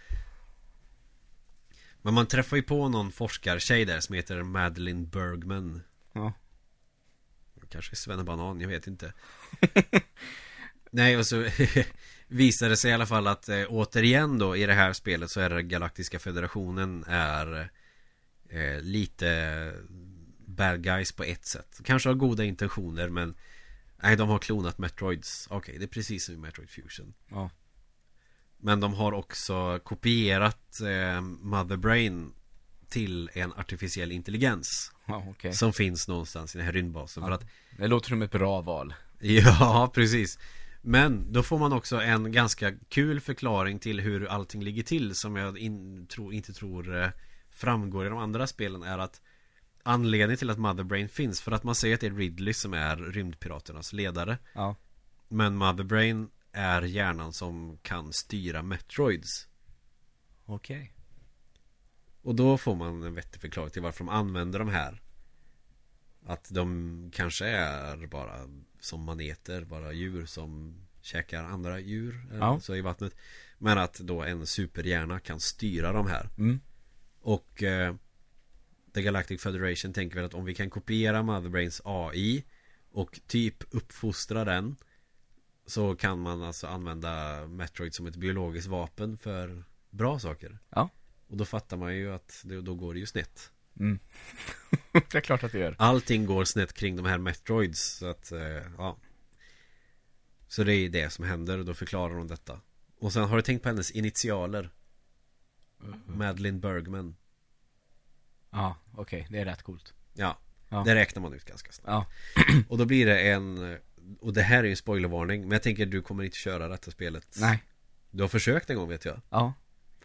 B: Men man träffar ju på någon forskartjej där som heter Madeleine Bergman.
A: Ja.
B: Kanske Svennebanan, jag vet inte. Nej, och så visar det sig i alla fall att återigen då i det här spelet så är det Galaktiska Federationen är lite bad guys på ett sätt. Kanske har goda intentioner, men nej, de har klonat Metroids. Okej, det är precis som i Metroid Fusion.
A: Ja. Men
B: de har också kopierat Mother Brain till en artificiell intelligens.
A: Ja, okay.
B: Som finns någonstans i den här rymdbasen.
A: Ja.
B: För att,
A: det låter som ett bra val.
B: Ja, precis. Men då får man också en ganska kul förklaring till hur allting ligger till, som jag inte tror framgår i de andra spelen, är att anledningen till att Mother Brain finns, för att man säger att det är Ridley som är rymdpiraternas ledare.
A: Ja.
B: Men Mother Brain är hjärnan som kan styra Metroids.
A: Okej.
B: Och då får man en vettig förklaring till varför de använder de här. Att de kanske är bara som maneter, bara djur som käkar andra djur så i vattnet. Men att då en superhjärna kan styra de här. Och The Galactic Federation tänker väl att om vi kan kopiera Motherbrains AI och typ uppfostra den, så kan man alltså använda Metroid som ett biologiskt vapen för bra saker.
A: Ja.
B: Och då fattar man ju att då går det ju snett.
A: Det är klart att det gör.
B: Allting går snett kring de här Metroids. Så att, ja. Så det är det som händer, och då förklarar de detta. Och sen har du tänkt på hennes initialer? Madeleine Bergman.
A: Ja, okej, det är rätt coolt.
B: Ja, det räknar man ut ganska snabbt.
A: Ja.
B: Och då blir det en... Och det här är ju en spoilervarning, men jag tänker att du kommer inte köra detta spelet.
A: Nej.
B: Du har försökt en gång, vet jag.
A: Ja.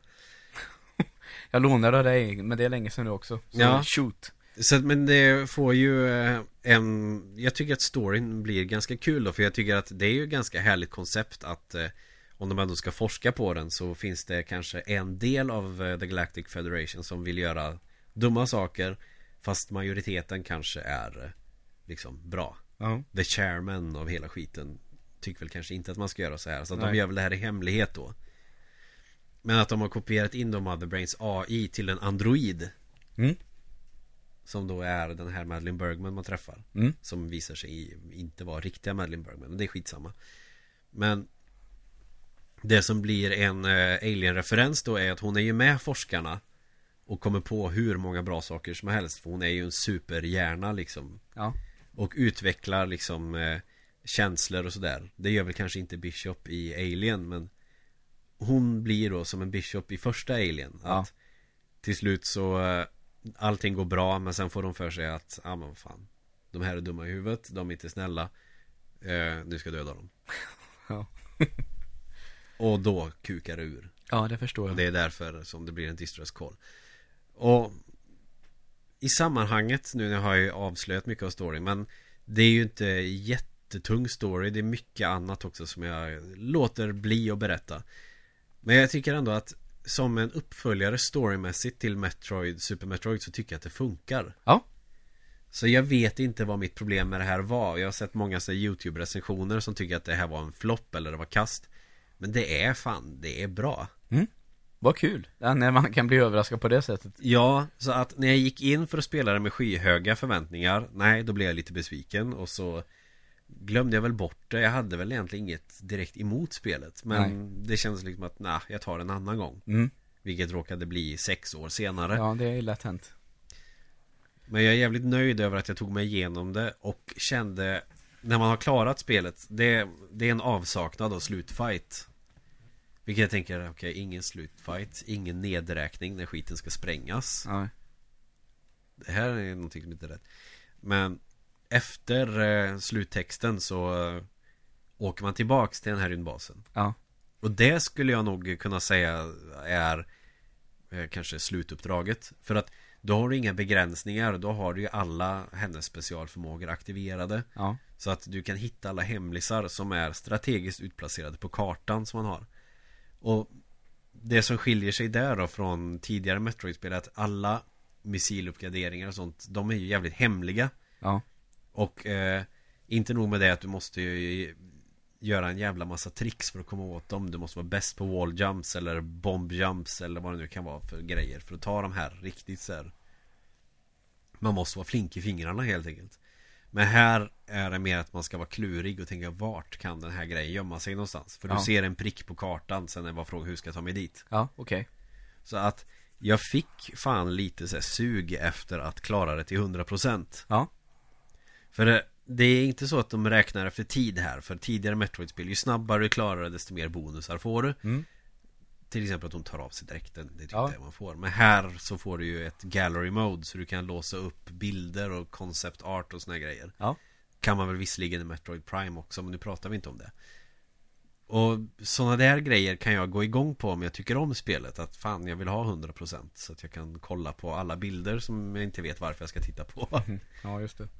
A: Jag lånade dig, men det är länge sedan nu också. Så shoot.
B: Så, men det får ju jag tycker att storyn blir ganska kul då, för jag tycker att det är ju ganska härligt koncept att om de ändå ska forska på den, så finns det kanske en del av The Galactic Federation som vill göra dumma saker, fast majoriteten kanske är liksom bra. The chairman av hela skiten tycker väl kanske inte att man ska göra så här, så att de gör väl det här i hemlighet då. Men att de har kopierat in de Motherbrains AI till en android som då är den här Madeleine Bergman man träffar, som visar sig inte vara riktiga Madeleine Bergman, men det är skitsamma. Men det som blir en alien-referens då är att hon är ju med forskarna och kommer på hur många bra saker som helst, för hon är ju en superhjärna liksom.
A: Ja.
B: Och utvecklar liksom känslor och sådär. Det gör väl kanske inte Bishop i Alien, men hon blir då som en Bishop i första Alien. Att till slut så allting går bra, men sen får de för sig att men fan, de här är dumma i huvudet, de är inte snälla, nu ska döda dem.
A: Ja.
B: Och då kukar det ur.
A: Ja, det förstår jag.
B: Och det är därför som det blir en distress call. Och i sammanhanget, nu har jag ju avslöjat mycket av storyn, men det är ju inte jättetung story, det är mycket annat också som jag låter bli att berätta. Men jag tycker ändå att som en uppföljare storymässigt till Metroid, Super Metroid, så tycker jag att det funkar.
A: Ja.
B: Så jag vet inte vad mitt problem med det här var. Jag har sett många YouTube-recensioner som tycker att det här var en flopp eller det var kast. Men det är bra.
A: Vad kul, när man kan bli överraskad på det sättet.
B: Ja, så att när jag gick in för att spela det med skyhöga förväntningar, nej, då blev jag lite besviken. Och så glömde jag väl bort det. Jag hade väl egentligen inget direkt emot spelet, men det kändes liksom att jag tar en annan gång. Vilket råkade bli 6 år senare.
A: Ja, det är lätt hänt.
B: Men jag är jävligt nöjd över att jag tog mig igenom det. Och kände, när man har klarat spelet, det är en avsaknad av slutfight. Vilket jag tänker, okej, ingen slutfight, ingen nedräkning när skiten ska sprängas.
A: Ja.
B: Det här är någonting som inte är rätt. Men efter sluttexten så åker man tillbaks till den här rymdbasen.
A: Ja.
B: Och det skulle jag nog kunna säga är kanske slutuppdraget. För att då har du inga begränsningar. Då har du ju alla hennes specialförmågor aktiverade.
A: Ja.
B: Så att du kan hitta alla hemlisar som är strategiskt utplacerade på kartan som man har. Och det som skiljer sig där då från tidigare Metroid-spel är att alla missiluppgraderingar och sånt, de är ju jävligt hemliga.
A: Ja.
B: Och inte nog med det att du måste ju göra en jävla massa tricks för att komma åt dem. Du måste vara bäst på wall jumps eller bomb jumps eller vad det nu kan vara för grejer för att ta de här riktigt så här. Man måste vara flink i fingrarna helt enkelt. Men här är det mer att man ska vara klurig och tänka, vart kan den här grejen gömma sig någonstans? För du ser en prick på kartan, sen är det bara frågan, hur ska jag ta mig dit?
A: Ja, okej.
B: Så att jag fick fan lite så här sug efter att klara det till 100%.
A: Ja.
B: För det är inte så att de räknar efter tid här. För tidigare Metroid-spel, ju snabbare du klarar det, desto mer bonusar får du. Till exempel att hon tar av sig dräkten. Det är typ det man får. Men här så får du ju ett gallery mode, så du kan låsa upp bilder och concept art och såna grejer.
A: Ja.
B: Kan man väl visserligen i Metroid Prime också, men nu pratar vi inte om det. Och såna där grejer kan jag gå igång på om jag tycker om spelet. Att fan, jag vill ha 100%, så att jag kan kolla på alla bilder som jag inte vet varför jag ska titta på.
A: Ja, just det.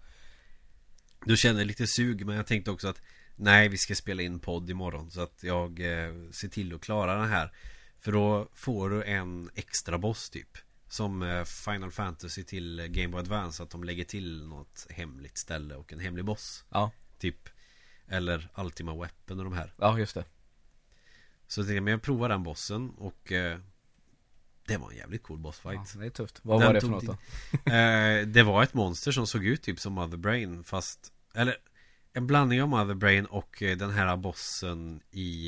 B: Du känner lite sug, men jag tänkte också att nej, vi ska spela in podd imorgon, så att jag ser till att klara den här. För då får du en extra boss typ. Som Final Fantasy till Game Boy Advance, att de lägger till något hemligt ställe och en hemlig boss.
A: Ja.
B: Typ. Eller Ultima Weapon och de här.
A: Ja, just det.
B: Så jag provar den bossen och det var en jävligt cool bossfight.
A: Ja, det är tufft. Vad var det för något då?
B: Det var ett monster som såg ut typ som Mother Brain, fast eller en blandning av Mother Brain och den här bossen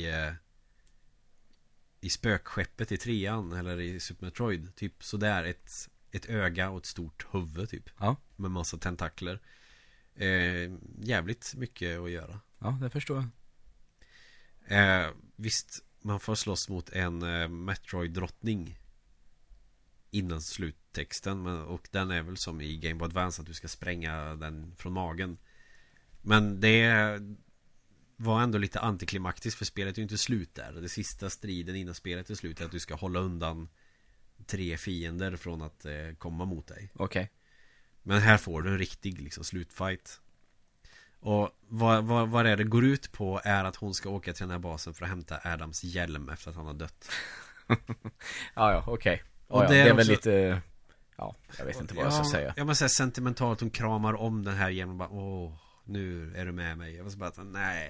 B: i spökskeppet i 3:an eller i Super Metroid. Typ sådär, ett öga och ett stort huvud typ.
A: Ja.
B: Med massa tentakler. Jävligt mycket att göra.
A: Ja, det förstår jag.
B: Visst, man får slåss mot en Metroid-drottning innan sluttexten, och den är väl som i Game Boy Advance, att du ska spränga den från magen. Men det var ändå lite antiklimaktiskt, för spelet är ju inte slut där. Det sista striden innan spelet är slut är att du ska hålla undan 3 fiender från att komma mot dig.
A: Okej.
B: Men här får du en riktig liksom slutfight. Och vad det går ut på är att hon ska åka till den här basen för att hämta Adams hjälm efter att han har dött.
A: Ja, okej.
B: Och
A: det är
B: också,
A: väl lite... Ja, jag vet inte vad jag ska säga.
B: Jag måste säga sentimentalt, hon kramar om den här hjälmen och bara, nu är du med mig. Jag var så bara,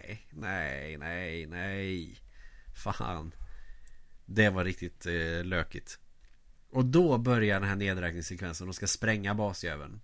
B: nej. Fan. Det var riktigt lökigt. Och då börjar den här nedräkningssekvensen. De ska spränga basjäveln.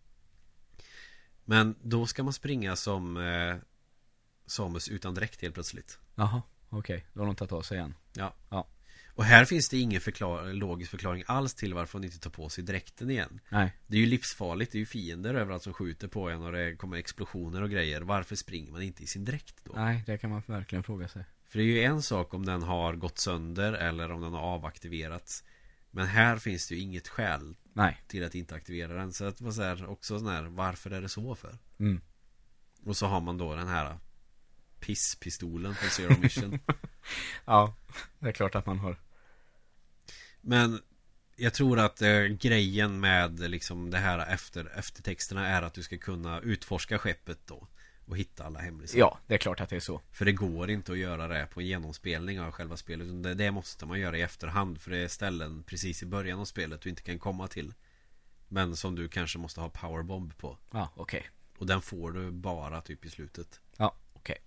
B: Men då ska man springa som Samus utan dräkt helt plötsligt.
A: Jaha, okej. Då har de tagit av sig igen.
B: Ja. Och här finns det ingen logisk förklaring alls till varför hon inte tar på sig dräkten igen.
A: Nej.
B: Det är ju livsfarligt, det är ju fiender överallt som skjuter på en och det kommer explosioner och grejer. Varför springer man inte i sin dräkt då?
A: Nej, det kan man verkligen fråga sig.
B: För det är ju en sak om den har gått sönder eller om den har avaktiverats. Men här finns det ju inget skäl till att inte aktivera den. Så att det var så här, också sån här, varför är det så för? Och så har man då den här pisspistolen från Zero Mission.
A: Ja, det är klart att man har.
B: Men jag tror att grejen med liksom det här eftertexterna är att du ska kunna utforska skeppet då och hitta alla hemlisar.
A: Ja, det är klart att det är så.
B: För det går inte att göra det på en genomspelning av själva spelet. Det måste man göra i efterhand, för det är ställen precis i början av spelet du inte kan komma till. Men som du kanske måste ha powerbomb på.
A: Ja, okej.
B: Och den får du bara typ i slutet.
A: Ja, okej.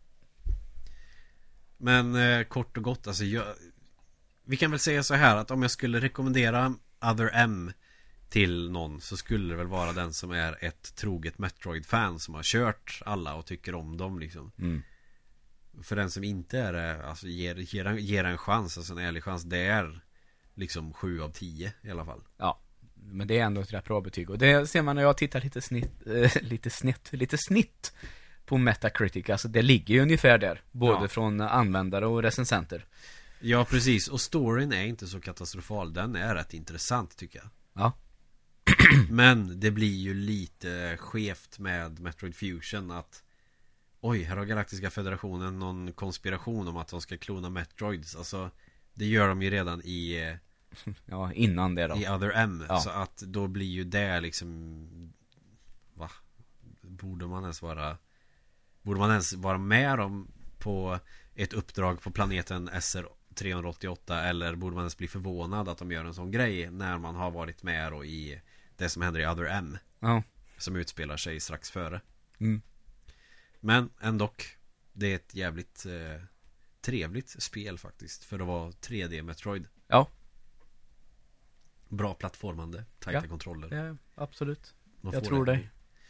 B: Men kort och gott, alltså vi kan väl säga så här att om jag skulle rekommendera Other M till någon, så skulle det väl vara den som är ett troget Metroid-fan som har kört alla och tycker om dem liksom. För den som inte är det, alltså ger en chans, alltså en ärlig chans, det är liksom 7 av 10 i alla fall.
A: Ja, men det är ändå ett rätt bra betyg. Och det ser man när jag tittar lite snitt på Metacritic. Alltså det ligger ju ungefär där, både från användare och recensenter.
B: Ja, precis. Och storyn är inte så katastrofal. Den är rätt intressant tycker jag.
A: Ja.
B: Men det blir ju lite skevt med Metroid Fusion att oj, här har Galaktiska Federationen någon konspiration om att de ska klona Metroids. Alltså, det gör de ju redan i
A: ja, innan det då.
B: I Other M. Ja. Så att då blir ju det liksom Borde man ens vara med dem på ett uppdrag på planeten SR388, eller borde man ens bli förvånad att de gör en sån grej när man har varit med då i det som händer i Other M, som utspelar sig strax före. Men ändå, det är ett jävligt trevligt spel faktiskt, för att vara 3D Metroid.
A: Ja.
B: Bra plattformande, tajta kontroller.
A: Ja, absolut.
B: Jag tror det.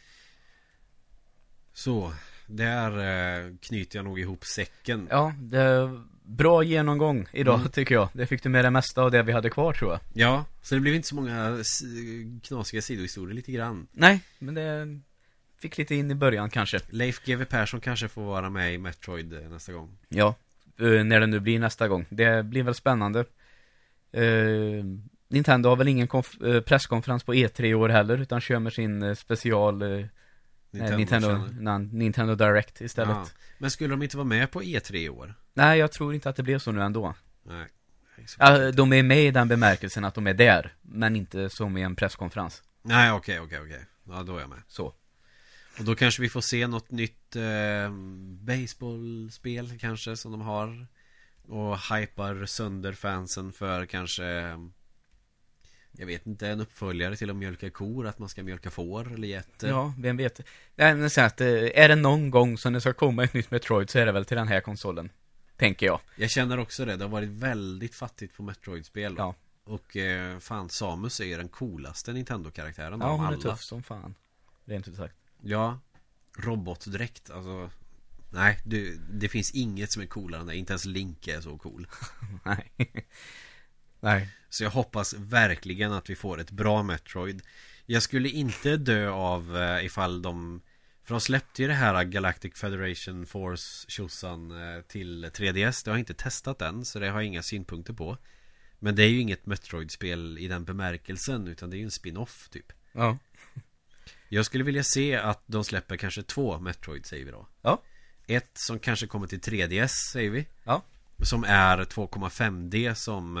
B: Så, där knyter jag nog ihop säcken.
A: Ja, det är bra genomgång idag tycker jag. Det fick du med det mesta av det vi hade kvar, tror jag.
B: Ja, så det blev inte så många knasiga sidohistorier, lite grann.
A: Nej, men det fick lite in i början kanske.
B: Leif GW Persson kanske får vara med i Metroid nästa gång.
A: Ja, när det nu blir nästa gång. Det blir väl spännande. Nintendo har väl ingen presskonferens på E3 i år heller, utan kör med sin special Nintendo Direct istället.
B: Ja. Men skulle de inte vara med på E3 i år?
A: Nej, jag tror inte att det blev så nu ändå.
B: Nej.
A: Ja, de är med i den bemärkelsen att de är där, men inte som i en presskonferens.
B: Nej, okej. Ja, då är jag med.
A: Så.
B: Och då kanske vi får se något nytt baseballspel kanske som de har. Och hypar sönder fansen för kanske Jag vet inte, en uppföljare till att mjölka kor, att man ska mjölka får eller getter.
A: Ja, vem vet. Nej, men så att, är det någon gång som det ska komma ett nytt Metroid så är det väl till den här konsolen, tänker jag.
B: Jag känner också det, det har varit väldigt fattigt på Metroid-spel.
A: Ja.
B: Och fan, Samus är ju den coolaste Nintendo-karaktären
A: Ja,
B: av
A: hon är
B: alla.
A: tuff som fan. Rent ut sagt.
B: Ja, robotdräkt, alltså. Nej, det finns inget som är coolare än det. Inte ens Link är så cool.
A: Nej. Nej.
B: Så jag hoppas verkligen att vi får ett bra Metroid. Jag skulle inte dö av ifall de... För de släppte ju det här Galactic Federation Force tjosan till 3DS. Det har jag inte testat än, så det har jag inga synpunkter på. Men det är ju inget Metroid-spel i den bemärkelsen, utan det är ju en spin-off typ.
A: Ja.
B: Jag skulle vilja se att de släpper kanske 2 Metroid, säger vi då.
A: Ja.
B: Ett som kanske kommer till 3DS, säger vi.
A: Ja.
B: Som är 2,5D som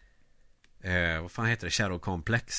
B: vad fan heter det? Shadow Complex.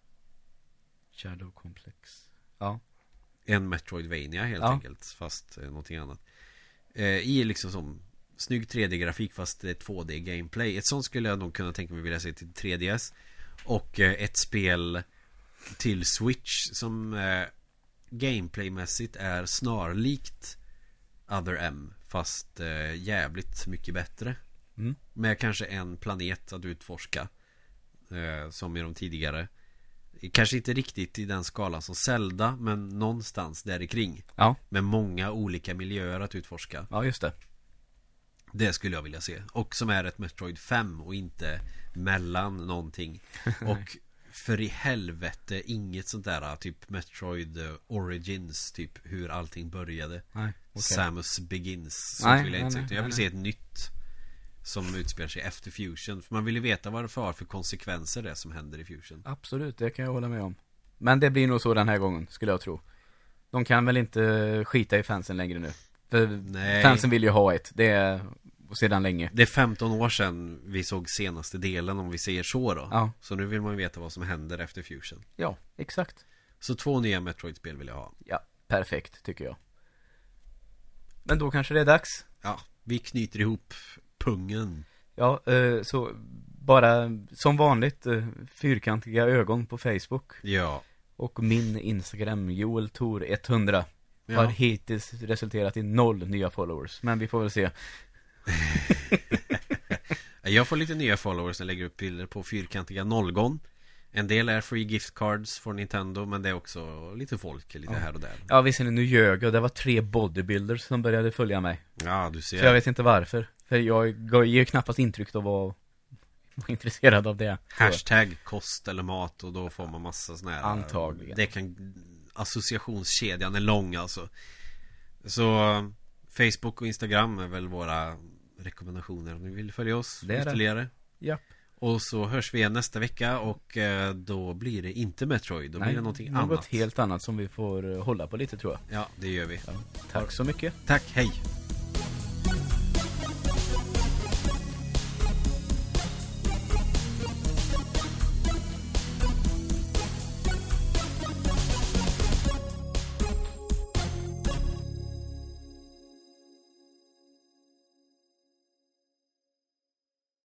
A: Shadow Complex. Ja.
B: En Metroidvania helt enkelt, fast någonting annat. I liksom som snygg 3D-grafik fast det är 2D-gameplay. Ett sånt skulle jag nog kunna tänka mig vilja se till 3DS. Och ett spel till Switch som gameplaymässigt är snarlikt Other M, fast jävligt mycket bättre. Med kanske en planet att utforska, som i de tidigare. Kanske inte riktigt i den skalan som Zelda, men någonstans där kring.
A: Ja.
B: Med många olika miljöer att utforska.
A: Ja, just det.
B: Det skulle jag vilja se. Och som är ett Metroid 5 och inte mellan någonting. Och för i helvete inget sånt där typ Metroid Origins, typ hur allting började.
A: Nej, okay.
B: Samus Begins.
A: Nej,
B: vill jag inte
A: nej,
B: jag vill se ett nytt som utspelar sig efter Fusion. För man vill ju veta vad det för konsekvenser det som händer i Fusion.
A: Absolut, det kan jag hålla med om. Men det blir nog så den här gången, skulle jag tro. De kan väl inte skita i fansen längre nu. För
B: nej.
A: Fansen vill ju ha ett. Det är sedan länge.
B: Det är 15 år sedan vi såg senaste delen, om vi säger så då.
A: Ja.
B: Så nu vill man veta vad som händer efter Fusion.
A: Ja, exakt.
B: Så 2 nya Metroid-spel vill jag ha.
A: Ja, perfekt tycker jag. Men då kanske det är dags.
B: Ja, vi knyter ihop pungen.
A: Ja, så bara som vanligt fyrkantiga ögon på Facebook.
B: Ja.
A: Och min Instagram, JoelTor100, har hittills resulterat i 0 nya followers. Men vi får väl se.
B: Jag får lite nya followers när jag lägger upp bilder på fyrkantiga nollgon. En del är free gift cards från Nintendo, men det är också lite folk lite här och där.
A: Ja, visserligen, nu ljög jag. Det var 3 bodybuilders som började följa mig.
B: Ja, du ser.
A: Så jag vet inte varför. För jag ger knappast intryck av att vara intresserad av det.
B: Hashtag kost eller mat, och då får man massa såna här.
A: Antagligen.
B: Det kan, associationskedjan är lång alltså. Så Facebook och Instagram är väl våra rekommendationer om ni vill följa oss
A: det
B: ytterligare.
A: Ja.
B: Och så hörs vi igen nästa vecka, och då blir det inte Metroid. Då blir det något annat.
A: Helt annat som vi får hålla på lite, tror jag.
B: Ja, det gör vi.
A: Ja. Tack så mycket.
B: Tack, hej.